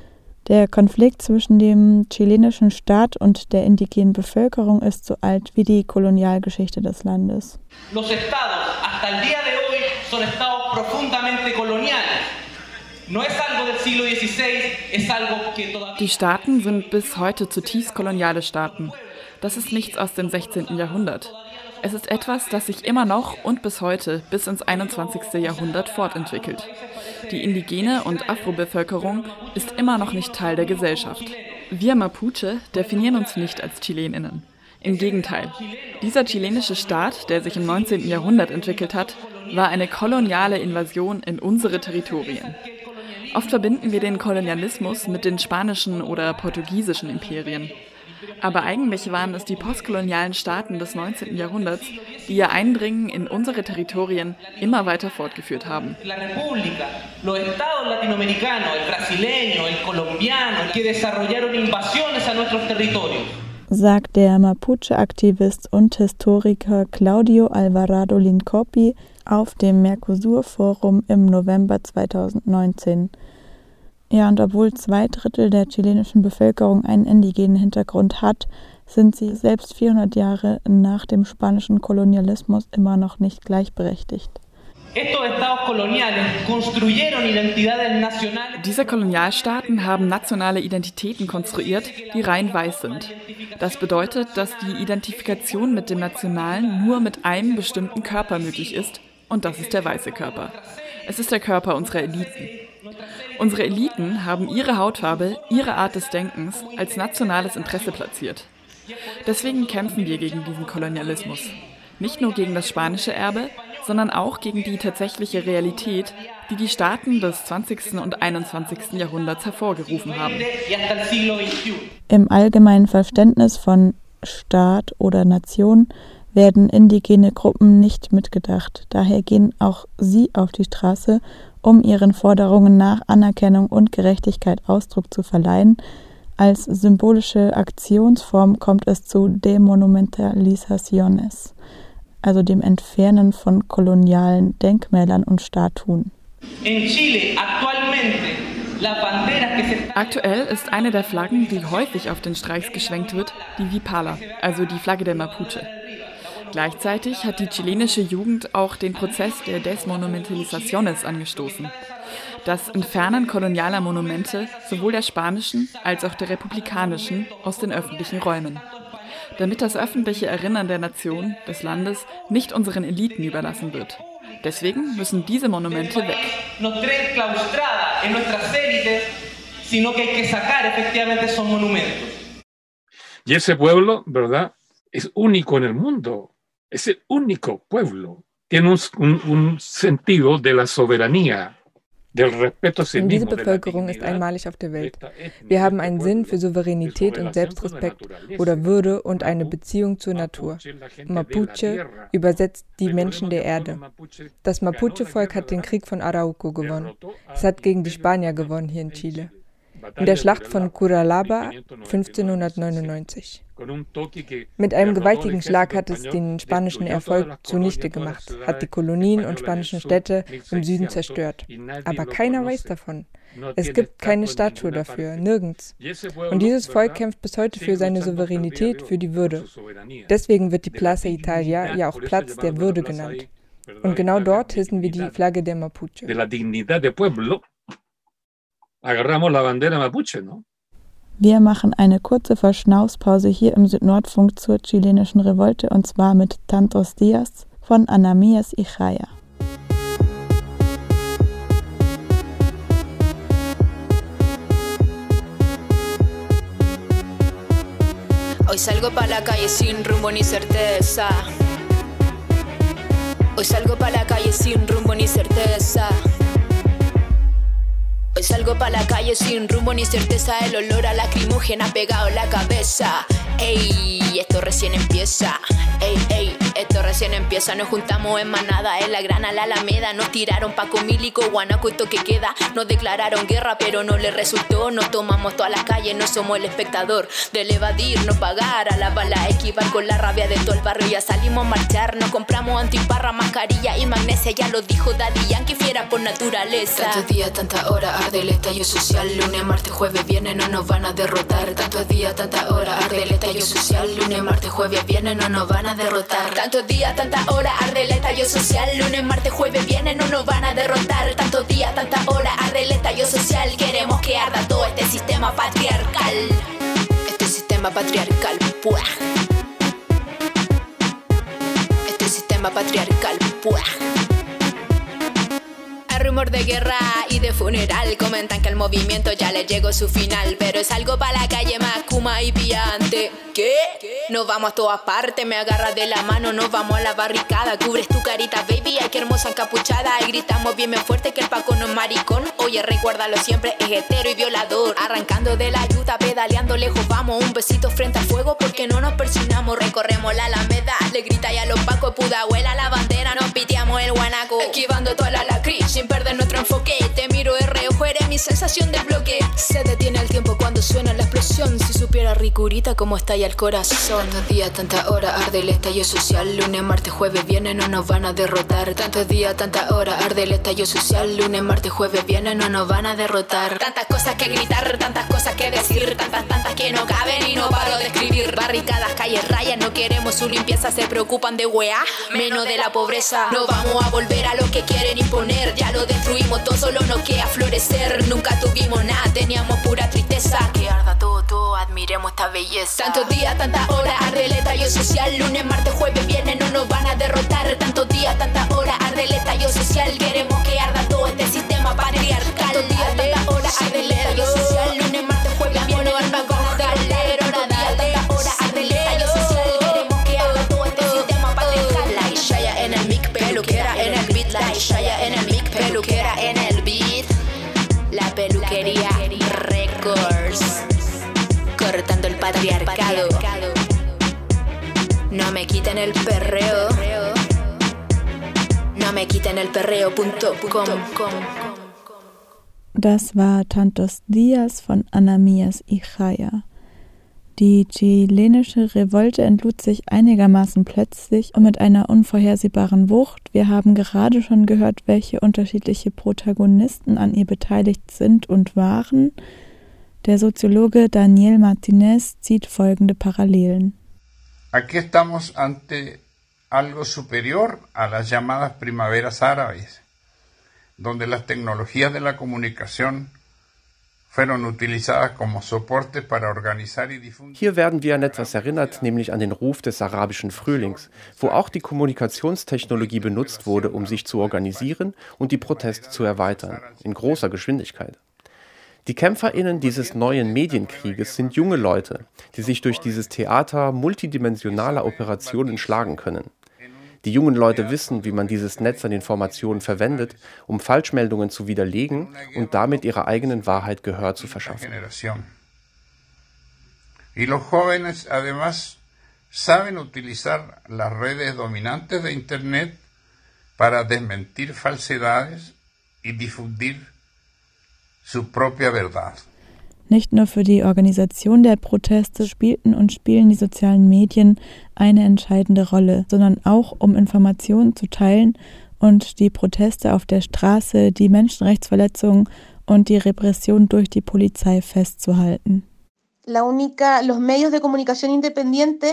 Der Konflikt zwischen dem chilenischen Staat und der indigenen Bevölkerung ist so alt wie die Kolonialgeschichte des Landes. Los estados hasta el día de hoy son estados profundamente coloniales. No es algo del siglo XVI, es algo que todavía. Die Staaten sind bis heute zutiefst koloniale Staaten. Das ist nichts aus dem 16. Jahrhundert. Es ist etwas, das sich immer noch und bis heute, bis ins 21. Jahrhundert fortentwickelt. Die indigene und Afro-Bevölkerung ist immer noch nicht Teil der Gesellschaft. Wir Mapuche definieren uns nicht als ChilenInnen. Im Gegenteil. Dieser chilenische Staat, der sich im 19. Jahrhundert entwickelt hat, war eine koloniale Invasion in unsere Territorien. Oft verbinden wir den Kolonialismus mit den spanischen oder portugiesischen Imperien. Aber eigentlich waren es die postkolonialen Staaten des 19. Jahrhunderts, die ihr Eindringen in unsere Territorien immer weiter fortgeführt haben. Sagt der Mapuche-Aktivist und Historiker Claudio Alvarado Lincopi auf dem Mercosur-Forum im November 2019. Ja, und obwohl 2/3 der chilenischen Bevölkerung einen indigenen Hintergrund hat, sind sie selbst 400 Jahre nach dem spanischen Kolonialismus immer noch nicht gleichberechtigt. Diese Kolonialstaaten haben nationale Identitäten konstruiert, die rein weiß sind. Das bedeutet, dass die Identifikation mit dem Nationalen nur mit einem bestimmten Körper möglich ist, und das ist der weiße Körper. Es ist der Körper unserer Eliten. Unsere Eliten haben ihre Hautfarbe, ihre Art des Denkens als nationales Interesse platziert. Deswegen kämpfen wir gegen diesen Kolonialismus. Nicht nur gegen das spanische Erbe, sondern auch gegen die tatsächliche Realität, die die Staaten des 20. und 21. Jahrhunderts hervorgerufen haben. Im allgemeinen Verständnis von Staat oder Nation werden indigene Gruppen nicht mitgedacht. Daher gehen auch sie auf die Straße, um ihren Forderungen nach Anerkennung und Gerechtigkeit Ausdruck zu verleihen. Als symbolische Aktionsform kommt es zu Demonumentalizaciones, also dem Entfernen von kolonialen Denkmälern und Statuen. Aktuell ist eine der Flaggen, die häufig auf den Streiks geschwenkt wird, die Vipala, also die Flagge der Mapuche. Gleichzeitig hat die chilenische Jugend auch den Prozess der Desmonumentalizaciones angestoßen. Das Entfernen kolonialer Monumente, sowohl der spanischen als auch der republikanischen, aus den öffentlichen Räumen. Damit das öffentliche Erinnern der Nation, des Landes, nicht unseren Eliten überlassen wird. Deswegen müssen diese Monumente weg. Y ese pueblo, ¿verdad?, es único en el mundo. Es el único pueblo. Tiene un sentido de la soberanía. Diese Bevölkerung ist einmalig auf der Welt. Wir haben einen Sinn für Souveränität und Selbstrespekt oder Würde und eine Beziehung zur Natur. Mapuche übersetzt die Menschen der Erde. Das Mapuche-Volk hat den Krieg von Arauco gewonnen. Es hat gegen die Spanier gewonnen hier in Chile. In der Schlacht von Curalaba 1599. Mit einem gewaltigen Schlag hat es den spanischen Erfolg zunichte gemacht, hat die Kolonien und spanischen Städte im Süden zerstört. Aber keiner weiß davon. Es gibt keine Statue dafür, nirgends. Und dieses Volk kämpft bis heute für seine Souveränität, für die Würde. Deswegen wird die Plaza Italia ja auch Platz der Würde genannt. Und genau dort hissen wir die Flagge der Mapuche. Agarramos la bandera mapuche, ¿no? Wir machen eine kurze Verschnaufspause hier im Südnordfunk zur chilenischen Revolte und zwar mit Tantos Días von Anamías y Jaya. Hoy salgo pa' la calle sin rumbo ni certeza. Hoy salgo pa' la calle sin rumbo ni certeza. Hoy salgo pa' la calle sin rumbo ni certeza. El olor a lacrimógena pegado en la cabeza. Ey, esto recién empieza. Ey, ey, esto recién empieza. Nos juntamos en manada en la Gran Alameda. Nos tiraron Paco Milico, Guanaco y toque queda. Nos declararon guerra pero no les resultó. Nos tomamos todas las calles, no somos el espectador. Del evadir, no pagar a la bala, esquivar con la rabia de todo el barrio. Ya salimos a marchar, nos compramos antiparra, mascarilla y magnesia. Ya lo dijo Daddy Yankee, fiera por naturaleza. Tantos días, tanta hora, arde el estallido social. Lunes, martes, jueves, viernes, no nos van a derrotar. Tantos días, tanta hora, arde el estallido social. Lunes, martes, jueves, viernes, no nos van a derrotar. Tantos días, tanta hora, arde el estallido social. Lunes, martes, jueves, viernes, no nos van a derrotar. Tantos días, tanta hora, arde el estallido social. Queremos que arda todo este sistema patriarcal. Este sistema patriarcal, ¡puah! sistema patriarcal. El rumor de guerra y de funeral comentan que el movimiento ya le llegó su final, pero es algo para la calle más Kuma y pillante. ¿Qué? Nos vamos a todas partes, me agarras de la mano, nos vamos a la barricada. Cubres tu carita, baby, ay qué hermosa encapuchada. Y gritamos bien fuerte que el Paco no es maricón. Oye, recuérdalo siempre, es hetero y violador. Arrancando de la ayuda, pedaleando lejos vamos. Un besito frente al fuego porque no nos persinamos. Recorremos la Alameda, le grita ya a los pacos. Pudahuela la bandera, nos piteamos el guanaco. Esquivando toda la lacris sin perder nuestro enfoque. Te miro de reojo, eres mi sensación de bloque. Se detiene el tiempo cuando suena la explosión. Si supiera Ricurita cómo estalla el corazón. Tantos días, tantas horas, arde el estallido social. Lunes, martes, jueves, viernes, no nos van a derrotar. Tantos días, tantas horas, arde el estallido social. Lunes, martes, jueves, viernes, no nos van a derrotar. Tantas cosas que gritar, tantas cosas que decir. Tantas que no caben y no paro de escribir. Barricadas, calles, rayas, no queremos su limpieza. Se preocupan de weá, menos de la pobreza. No vamos a volver a lo que quieren imponer. Ya lo destruimos todo, solo nos queda florecer. Nunca tuvimos nada, teníamos pura tristeza. Que arda todo, admiremos esta belleza. Tantos días, tantas horas, arde el estallido social. Lunes, martes, jueves, viernes, no nos van a derrotar. Tantos días, tantas horas, arde el estallido social. Queremos que arda todo este sistema patriarcal. Tantos días, tantas horas, arde el estallido social. Lunes, martes, jueves, viernes, no nos van a derrotar. Tantos días, tantas horas, arde el estallido social. Queremos que arda todo este sistema patriarcal. La Ishaya en el mic, peluquera en el beat. La Ishaya en el mic, peluquera en el beat. La peluquería Records, cortando el patriarcado. No me quiten el perreo. No me quiten el perreo.com. Das war Tantos Dias von Anamias Ishaya. Die chilenische Revolte entlud sich einigermaßen plötzlich und mit einer unvorhersehbaren Wucht. Wir haben gerade schon gehört, welche unterschiedliche Protagonisten an ihr beteiligt sind und waren. Der Soziologe Daniel Martinez zieht folgende Parallelen. Aquí estamos ante algo superior a las llamadas primaveras árabes, donde las tecnologías de la comunicación fueron utilizadas como soporte para organizar y difundir. Hier werden wir an etwas erinnert, nämlich an den Ruf des arabischen Frühlings, wo auch die Kommunikationstechnologie benutzt wurde, um sich zu organisieren und die Proteste zu erweitern, in großer Geschwindigkeit. Die KämpferInnen dieses neuen Medienkrieges sind junge Leute, die sich durch dieses Theater multidimensionaler Operationen schlagen können. Die jungen Leute wissen, wie man dieses Netz an Informationen verwendet, um Falschmeldungen zu widerlegen und damit ihrer eigenen Wahrheit Gehör zu verschaffen. Y los jóvenes además saben utilizar las redes dominantes de Internet para desmentir falsedades y difundir su propia verdad. Nicht nur für die Organisation der Proteste spielten und spielen die sozialen Medien eine entscheidende Rolle, sondern auch um Informationen zu teilen und die Proteste auf der Straße, die Menschenrechtsverletzungen und die Repression durch die Polizei festzuhalten. Los medios de comunicación independiente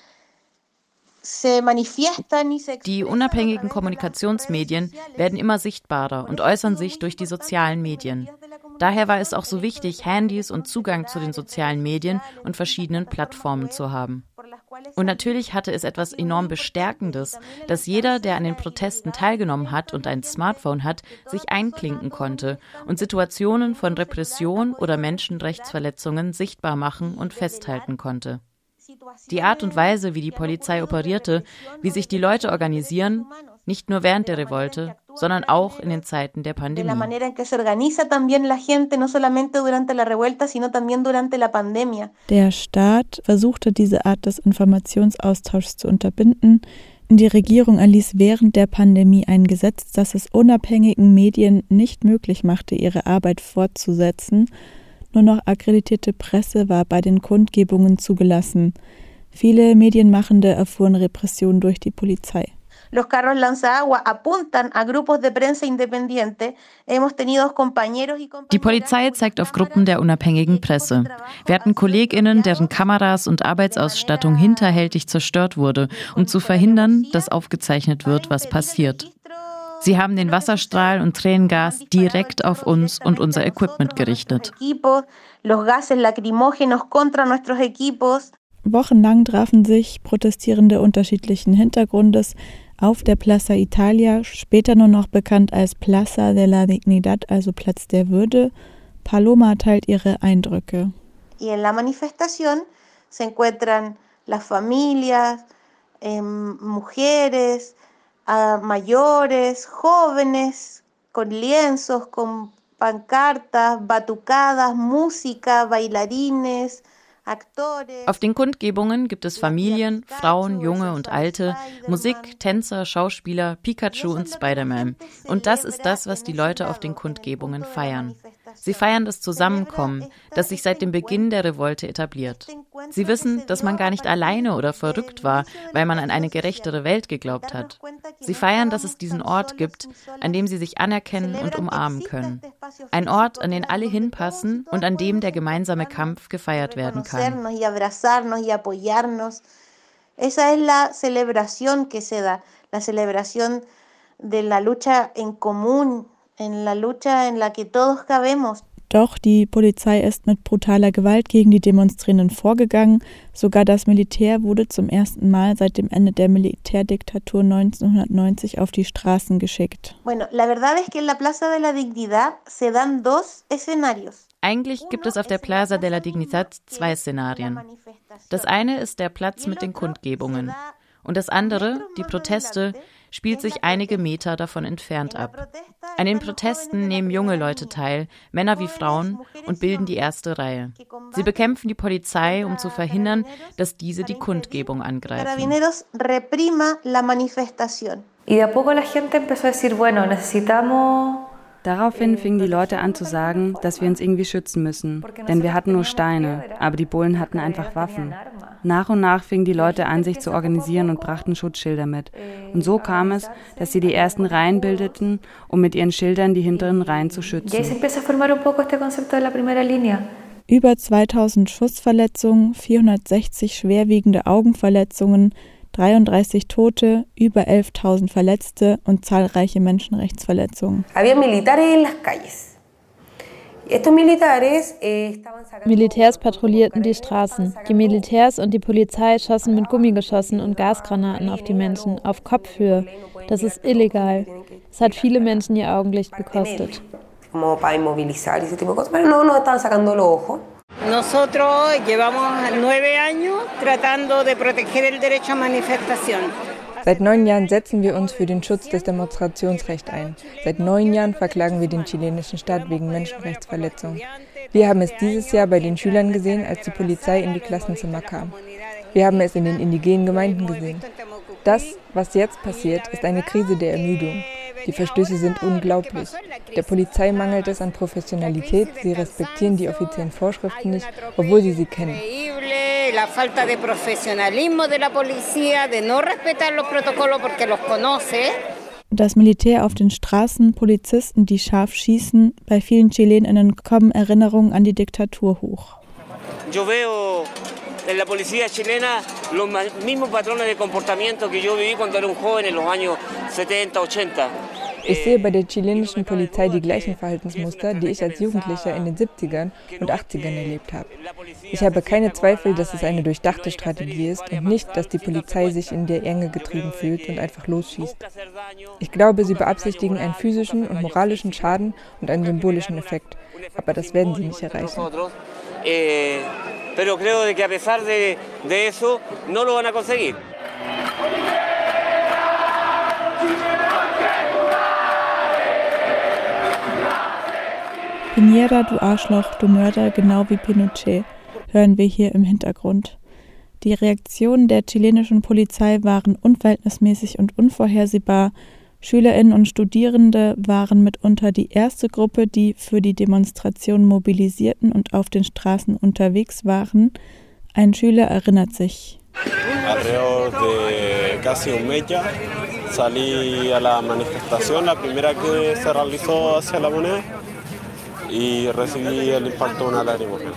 Die unabhängigen Kommunikationsmedien werden immer sichtbarer und äußern sich durch die sozialen Medien. Daher war es auch so wichtig, Handys und Zugang zu den sozialen Medien und verschiedenen Plattformen zu haben. Und natürlich hatte es etwas enorm Bestärkendes, dass jeder, der an den Protesten teilgenommen hat und ein Smartphone hat, sich einklinken konnte und Situationen von Repression oder Menschenrechtsverletzungen sichtbar machen und festhalten konnte. Die Art und Weise, wie die Polizei operierte, wie sich die Leute organisieren, nicht nur während der Revolte, sondern auch in den Zeiten der Pandemie. Der Staat versuchte, diese Art des Informationsaustauschs zu unterbinden. Die Regierung erließ während der Pandemie ein Gesetz, das es unabhängigen Medien nicht möglich machte, ihre Arbeit fortzusetzen. Nur noch akkreditierte Presse war bei den Kundgebungen zugelassen. Viele Medienmachende erfuhren Repression durch die Polizei. Los carros lanzagua apuntan a grupos de prensa independiente. Hemos tenido compañeros y compañeras. Die Polizei zeigt auf Gruppen der unabhängigen Presse. Wir hatten KollegInnen, deren Kameras und Arbeitsausstattung hinterhältig zerstört wurde, um zu verhindern, dass aufgezeichnet wird, was passiert. Sie haben den Wasserstrahl und Tränengas direkt auf uns und unser Equipment gerichtet. Wochenlang trafen sich Protestierende unterschiedlichen Hintergrundes auf der Plaza Italia, später nur noch bekannt als Plaza de la Dignidad, also Platz der Würde. Paloma teilt ihre Eindrücke. Y en la manifestación se encuentran las familias, mujeres, mayores, jóvenes, con lienzos, con pancartas, batucadas, música, bailarines, Actores. Auf den Kundgebungen gibt es Familien, Frauen, Junge und Alte, Musik, Tänzer, Schauspieler, Pikachu und Spider-Man. Und das ist das, was die Leute auf den Kundgebungen feiern. Sie feiern das Zusammenkommen, das sich seit dem Beginn der Revolte etabliert. Sie wissen, dass man gar nicht alleine oder verrückt war, weil man an eine gerechtere Welt geglaubt hat. Sie feiern, dass es diesen Ort gibt, an dem sie sich anerkennen und umarmen können. Ein Ort, an den alle hinpassen und an dem der gemeinsame Kampf gefeiert werden kann. Esa es la celebración que se da, la celebración de la lucha en común, en la lucha en la que todos cabemos. Doch die Polizei ist mit brutaler Gewalt gegen die Demonstrierenden vorgegangen. Sogar das Militär wurde zum ersten Mal seit dem Ende der Militärdiktatur 1990 auf die Straßen geschickt. Bueno, la verdad es que en la Plaza de la Dignidad se dan dos escenarios. Eigentlich gibt es auf der Plaza de la Dignidad 2 Szenarien. Das eine ist der Platz mit den Kundgebungen. Und das andere, die Proteste, spielt sich einige Meter davon entfernt ab. An den Protesten nehmen junge Leute teil, Männer wie Frauen, und bilden die erste Reihe. Sie bekämpfen die Polizei, um zu verhindern, dass diese die Kundgebung angreifen. Daraufhin fingen die Leute an zu sagen, dass wir uns irgendwie schützen müssen, denn wir hatten nur Steine, aber die Bullen hatten einfach Waffen. Nach und nach fingen die Leute an, sich zu organisieren und brachten Schutzschilder mit. Und so kam es, dass sie die ersten Reihen bildeten, um mit ihren Schildern die hinteren Reihen zu schützen. Über 2000 Schussverletzungen, 460 schwerwiegende Augenverletzungen, 33 Tote, über 11.000 Verletzte und zahlreiche Menschenrechtsverletzungen. Militärs patrouillierten die Straßen. Die Militärs und die Polizei schossen mit Gummigeschossen und Gasgranaten auf die Menschen, auf Kopfhöhe. Das ist illegal. Es hat viele Menschen ihr Augenlicht gekostet. Nosotros llevamos 9 años tratando de proteger el derecho a manifestación. Seit 9 Jahren setzen wir uns für den Schutz des Demonstrationsrechts ein. Seit 9 Jahren verklagen wir den chilenischen Staat wegen Menschenrechtsverletzungen. Wir haben es dieses Jahr bei den Schülern gesehen, als die Polizei in die Klassenzimmer kam. Wir haben es in den indigenen Gemeinden gesehen. Das, was jetzt passiert, ist eine Krise der Ermüdung. Die Verstöße sind unglaublich. Der Polizei mangelt es an Professionalität. Sie respektieren die offiziellen Vorschriften nicht, obwohl sie kennen. La falta de profesionalismo de la policía, de no respetar los protocolos porque los conoce. Das Militär auf den Straßen, Polizisten, die scharf schießen. Bei vielen ChilenInnen kommen Erinnerungen an die Diktatur hoch. Yo veo en la policía chilena los mismos patrones de comportamiento que yo viví cuando era un joven en los años 70, 80. Ich sehe bei der chilenischen Polizei die gleichen Verhaltensmuster, die ich als Jugendlicher in den 70ern und 80ern erlebt habe. Ich habe keine Zweifel, dass es eine durchdachte Strategie ist und nicht, dass die Polizei sich in der Enge getrieben fühlt und einfach losschießt. Ich glaube, sie beabsichtigen einen physischen und moralischen Schaden und einen symbolischen Effekt, aber das werden sie nicht erreichen. Pero creo que a pesar de eso no lo van a conseguir. Piñera, du Arschloch, du Mörder, genau wie Pinochet, hören wir hier im Hintergrund. Die Reaktionen der chilenischen Polizei waren unverhältnismäßig und unvorhersehbar. SchülerInnen und Studierende waren mitunter die erste Gruppe, die für die Demonstration mobilisierten und auf den Straßen unterwegs waren. Ein Schüler erinnert sich. Alrededor de casi un mes ya salí a la manifestación, la primera que se realizó hacia la Moneda, y recibí el impacto de una lacrimógena.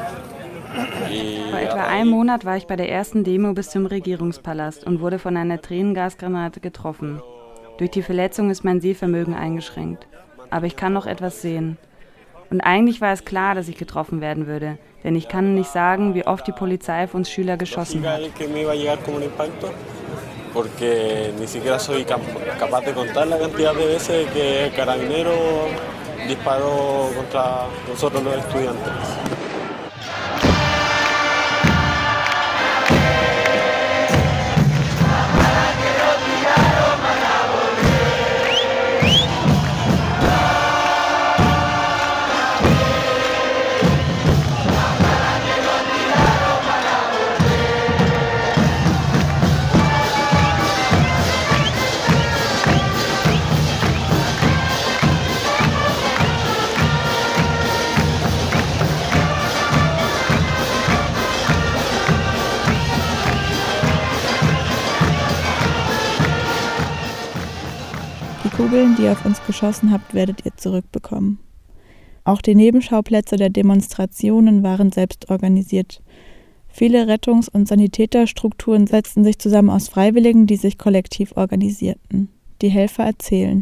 Vor etwa einem Monat war ich bei der ersten Demo bis zum Regierungspalast und wurde von einer Tränengasgranate getroffen. Durch die Verletzung ist mein Sehvermögen eingeschränkt. Aber ich kann noch etwas sehen. Und eigentlich war es klar, dass ich getroffen werden würde. Denn ich kann nicht sagen, wie oft die Polizei auf uns Schüler geschossen hat. porque ni siquiera soy capaz de contar la cantidad de veces que el carabinero disparó contra nosotros los estudiantes. Die Kugeln, die ihr auf uns geschossen habt, werdet ihr zurückbekommen. Auch die Nebenschauplätze der Demonstrationen waren selbst organisiert. Viele Rettungs- und Sanitäterstrukturen setzten sich zusammen aus Freiwilligen, die sich kollektiv organisierten. Die Helfer erzählen.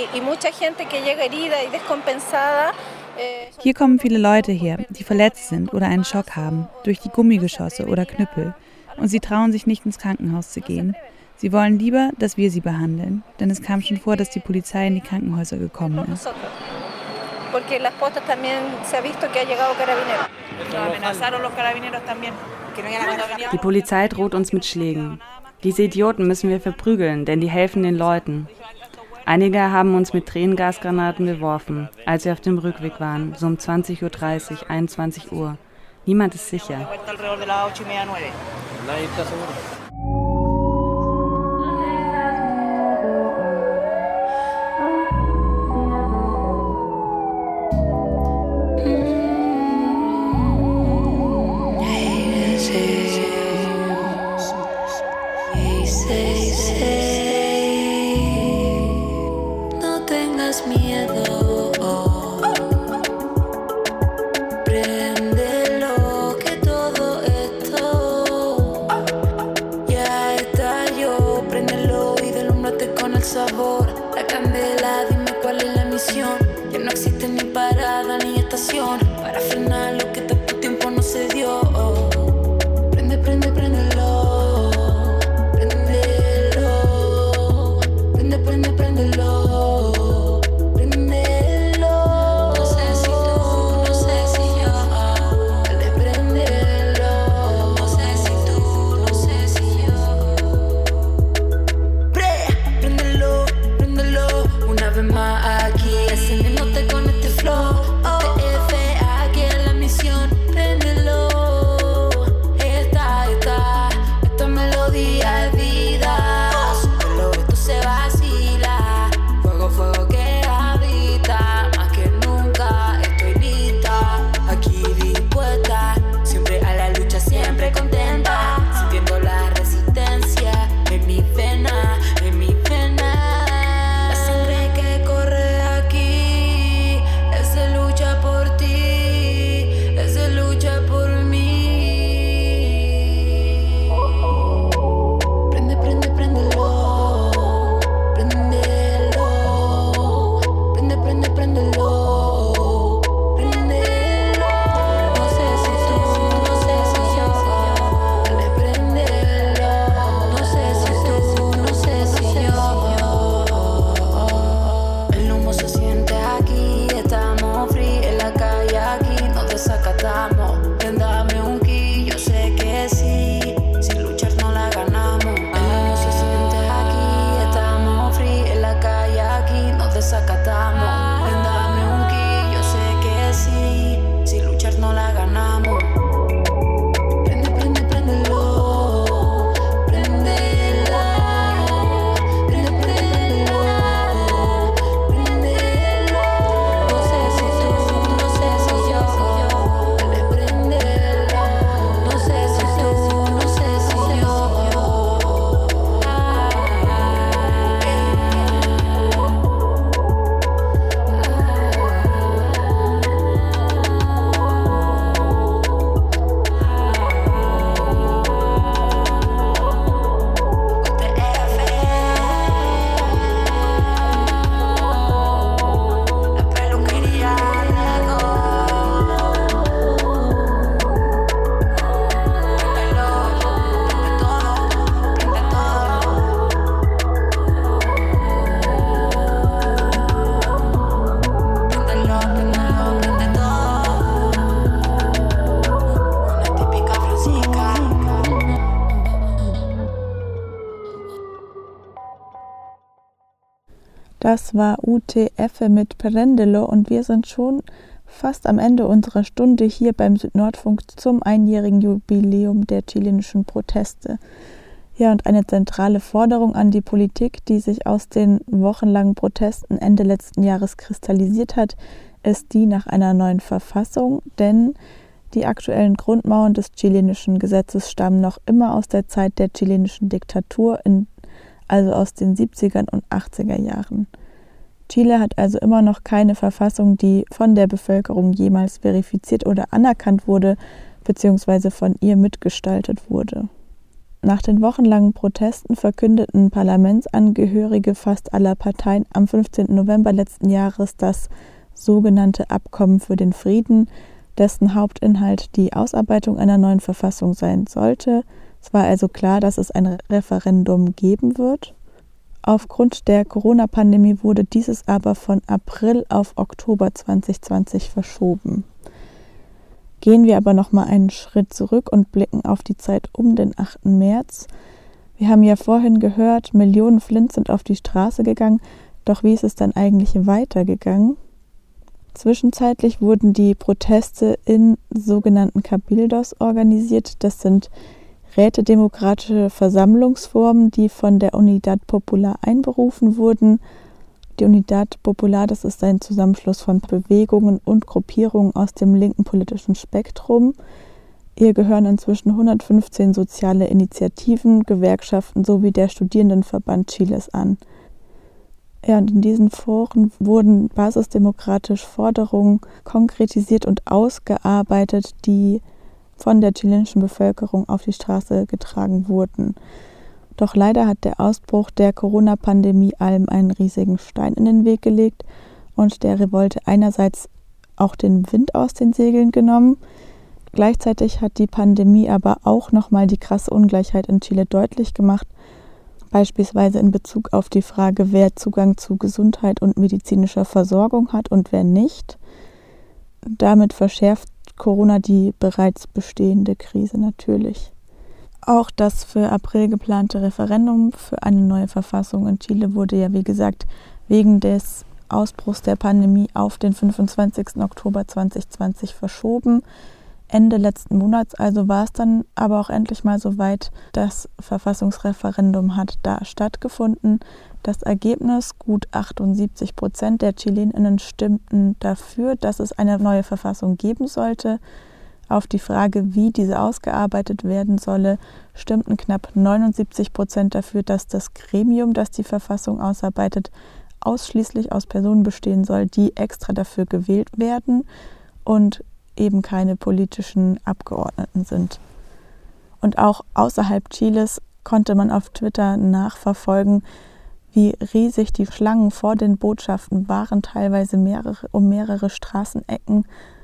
Hier kommen viele Leute her, die verletzt sind oder einen Schock haben, durch die Gummigeschosse oder Knüppel. Und sie trauen sich nicht ins Krankenhaus zu gehen. Sie wollen lieber, dass wir sie behandeln, denn es kam schon vor, dass die Polizei in die Krankenhäuser gekommen ist. Die Polizei droht uns mit Schlägen. Diese Idioten müssen wir verprügeln, denn die helfen den Leuten. Einige haben uns mit Tränengasgranaten beworfen, als wir auf dem Rückweg waren, so um 20:30 Uhr, 21 Uhr. Niemand ist sicher. No tengas miedo, préndelo que todo esto ya estalló, préndelo y delúmbrate con el sabor, la candela, dime cuál es la misión, que no existe ni parada ni estación, para frenar lo que tanto tiempo no se dio, préndelo. Das war UTF mit Prendelo und wir sind schon fast am Ende unserer Stunde hier beim Südnordfunk zum einjährigen Jubiläum der chilenischen Proteste. Ja, und eine zentrale Forderung an die Politik, die sich aus den wochenlangen Protesten Ende letzten Jahres kristallisiert hat, ist die nach einer neuen Verfassung, denn die aktuellen Grundmauern des chilenischen Gesetzes stammen noch immer aus der Zeit der chilenischen Diktatur, also aus den 70er und 80er Jahren. Chile hat also immer noch keine Verfassung, die von der Bevölkerung jemals verifiziert oder anerkannt wurde, beziehungsweise von ihr mitgestaltet wurde. Nach den wochenlangen Protesten verkündeten Parlamentsangehörige fast aller Parteien am 15. November letzten Jahres das sogenannte Abkommen für den Frieden, dessen Hauptinhalt die Ausarbeitung einer neuen Verfassung sein sollte. Es war also klar, dass es ein Referendum geben wird. Aufgrund der Corona-Pandemie wurde dieses aber von April auf Oktober 2020 verschoben. Gehen wir aber noch mal einen Schritt zurück und blicken auf die Zeit um den 8. März. Wir haben ja vorhin gehört, Millionen Flints sind auf die Straße gegangen, doch wie ist es dann eigentlich weitergegangen? Zwischenzeitlich wurden die Proteste in sogenannten Cabildos organisiert. Das sind rätedemokratische Versammlungsformen, die von der Unidad Popular einberufen wurden. Die Unidad Popular, das ist ein Zusammenschluss von Bewegungen und Gruppierungen aus dem linken politischen Spektrum. Ihr gehören inzwischen 115 soziale Initiativen, Gewerkschaften sowie der Studierendenverband Chiles an. Ja, und in diesen Foren wurden basisdemokratisch Forderungen konkretisiert und ausgearbeitet, die von der chilenischen Bevölkerung auf die Straße getragen wurden. Doch leider hat der Ausbruch der Corona-Pandemie allem einen riesigen Stein in den Weg gelegt und der Revolte einerseits auch den Wind aus den Segeln genommen. Gleichzeitig hat die Pandemie aber auch nochmal die krasse Ungleichheit in Chile deutlich gemacht, beispielsweise in Bezug auf die Frage, wer Zugang zu Gesundheit und medizinischer Versorgung hat und wer nicht. Damit verschärft Corona die bereits bestehende Krise natürlich. Auch das für April geplante Referendum für eine neue Verfassung in Chile wurde ja, wie gesagt, wegen des Ausbruchs der Pandemie auf den 25. Oktober 2020 verschoben. Ende letzten Monats also war es dann aber auch endlich mal soweit, das Verfassungsreferendum hat da stattgefunden. Das Ergebnis, gut 78% der ChilenInnen stimmten dafür, dass es eine neue Verfassung geben sollte. Auf die Frage, wie diese ausgearbeitet werden solle, stimmten knapp 79% dafür, dass das Gremium, das die Verfassung ausarbeitet, ausschließlich aus Personen bestehen soll, die extra dafür gewählt werden und eben keine politischen Abgeordneten sind. Und auch außerhalb Chiles konnte man auf Twitter nachverfolgen, wie riesig die Schlangen vor den Botschaften waren, teilweise mehrere Straßenecken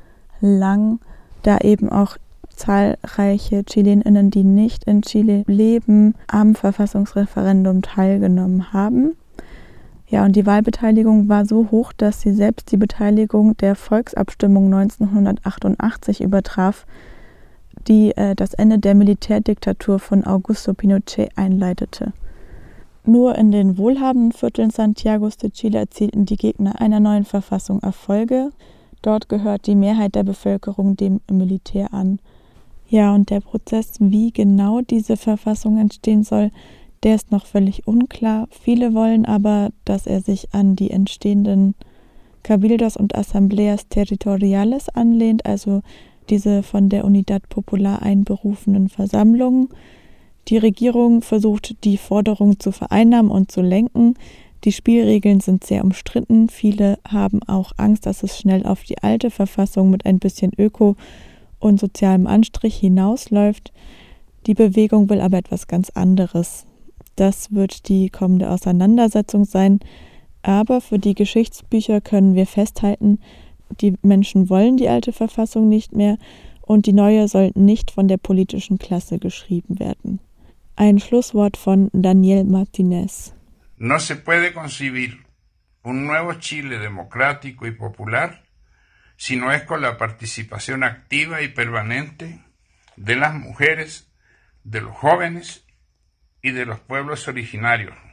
lang, da eben auch zahlreiche ChilenInnen, die nicht in Chile leben, am Verfassungsreferendum teilgenommen haben. Ja, und die Wahlbeteiligung war so hoch, dass sie selbst die Beteiligung der Volksabstimmung 1988 übertraf, die das Ende der Militärdiktatur von Augusto Pinochet einleitete. Nur in den wohlhabenden Vierteln Santiagos de Chile erzielten die Gegner einer neuen Verfassung Erfolge. Dort gehört die Mehrheit der Bevölkerung dem Militär an. Ja, und der Prozess, wie genau diese Verfassung entstehen soll, der ist noch völlig unklar. Viele wollen aber, dass er sich an die entstehenden Cabildos und Asambleas Territoriales anlehnt, also diese von der Unidad Popular einberufenen Versammlungen. Die Regierung versucht, die Forderung zu vereinnahmen und zu lenken. Die Spielregeln sind sehr umstritten. Viele haben auch Angst, dass es schnell auf die alte Verfassung mit ein bisschen Öko- und sozialem Anstrich hinausläuft. Die Bewegung will aber etwas ganz anderes. Das wird die kommende Auseinandersetzung sein. Aber für die Geschichtsbücher können wir festhalten, die Menschen wollen die alte Verfassung nicht mehr und die neue soll nicht von der politischen Klasse geschrieben werden. Ein Schlusswort von Daniel Martinez. No se puede concebir un nuevo Chile democrático y popular si no es con la participación activa y permanente de las mujeres, de los jóvenes y de los pueblos originarios.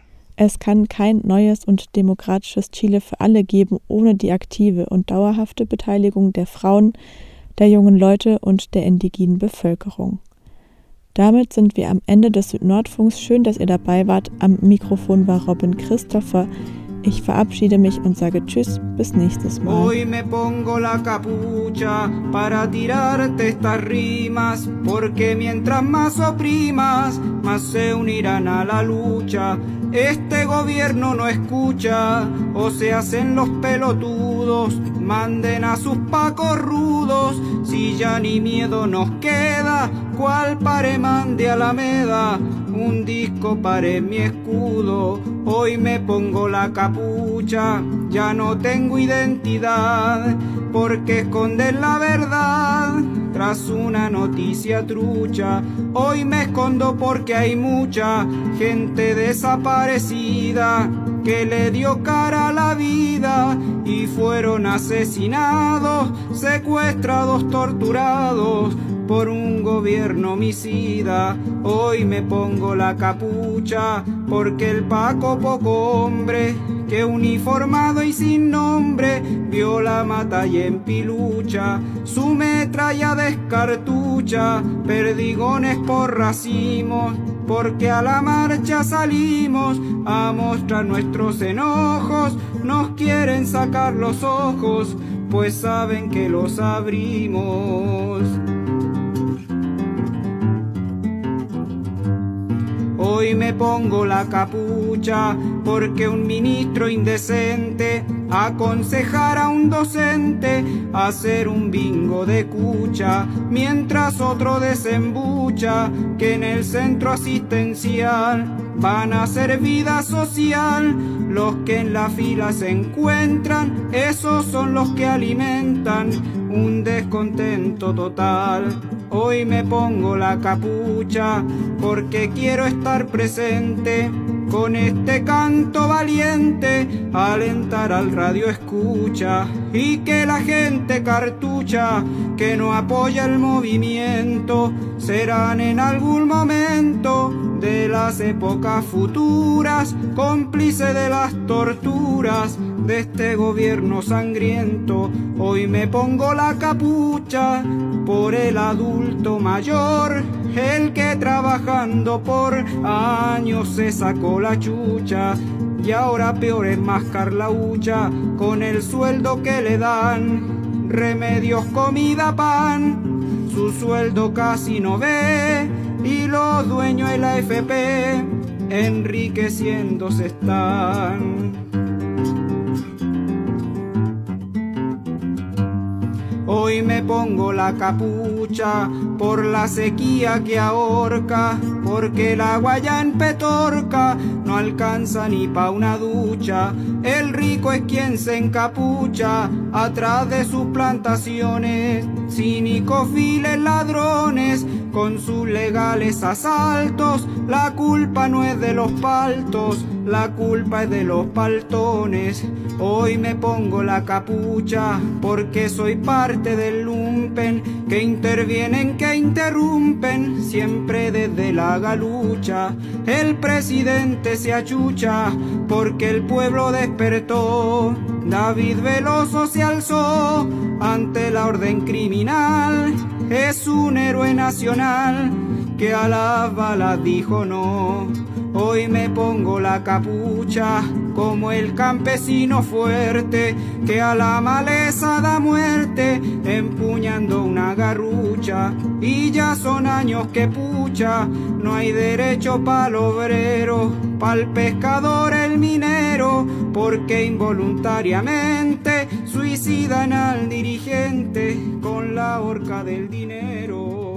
Es kann kein neues und demokratisches Chile für alle geben, ohne die aktive und dauerhafte Beteiligung der Frauen, der jungen Leute und der indigenen Bevölkerung. Damit sind wir am Ende des Südnordfunks. Schön, dass ihr dabei wart. Am Mikrofon war Robin Christopher. Ich verabschiede mich und sage Tschüss, bis nächstes Mal. Hoy me pongo la capucha para tirarte estas rimas, porque mientras más oprimas, más se unirán a la lucha. Este gobierno no escucha, o se hacen los pelotudos, manden a sus pacos rudos, si ya ni miedo nos queda, cual pare mande Alameda, un disco pare mi escudo, hoy me pongo la capucha, ya no tengo identidad, porque esconder la verdad tras una noticia trucha. Hoy me escondo porque hay mucha gente desaparecida que le dio cara a la vida y fueron asesinados, secuestrados, torturados por un gobierno homicida. Hoy me pongo la capucha porque el Paco poco hombre, que uniformado y sin nombre, viola, mata y empilucha, su metralla descartucha, perdigones por racimos, porque a la marcha salimos a mostrar nuestros enojos, nos quieren sacar los ojos, pues saben que los abrimos. Hoy me pongo la capucha porque un ministro indecente aconsejara a un docente hacer un bingo de cucha, mientras otro desembucha que en el centro asistencial van a hacer vida social. Los que en la fila se encuentran, esos son los que alimentan un descontento total. Hoy me pongo la capucha porque quiero estar presente con este canto valiente, alentar al radio escucha y que la gente cartucha que no apoya el movimiento serán en algún momento de las épocas futuras cómplices de las torturas de este gobierno sangriento. Hoy me pongo la capucha por el adulto mayor, el que trabajando por años se sacó la chucha y ahora peor es mascar la hucha con el sueldo que le dan, remedios, comida, pan, su sueldo casi no ve y los dueños de la AFP enriqueciéndose están. Hoy me pongo la capucha por la sequía que ahorca, porque el agua ya en Petorca no alcanza ni pa' una ducha. El rico es quien se encapucha atrás de sus plantaciones, cínicos files ladrones con sus legales asaltos. La culpa no es de los paltos, la culpa es de los paltones. Hoy me pongo la capucha porque soy parte del lumpen que intervienen, que interrumpen siempre desde la galucha. El presidente se achucha porque el pueblo despertó. David Veloso se alzó ante la orden criminal. Es un héroe nacional que a las balas dijo no. Hoy me pongo la capucha como el campesino fuerte que a la maleza da muerte empuñando una garrucha. Y ya son años que pucha, no hay derecho pa'l obrero, pa'l pescador el minero, porque involuntariamente suicidan al dirigente con la horca del dinero.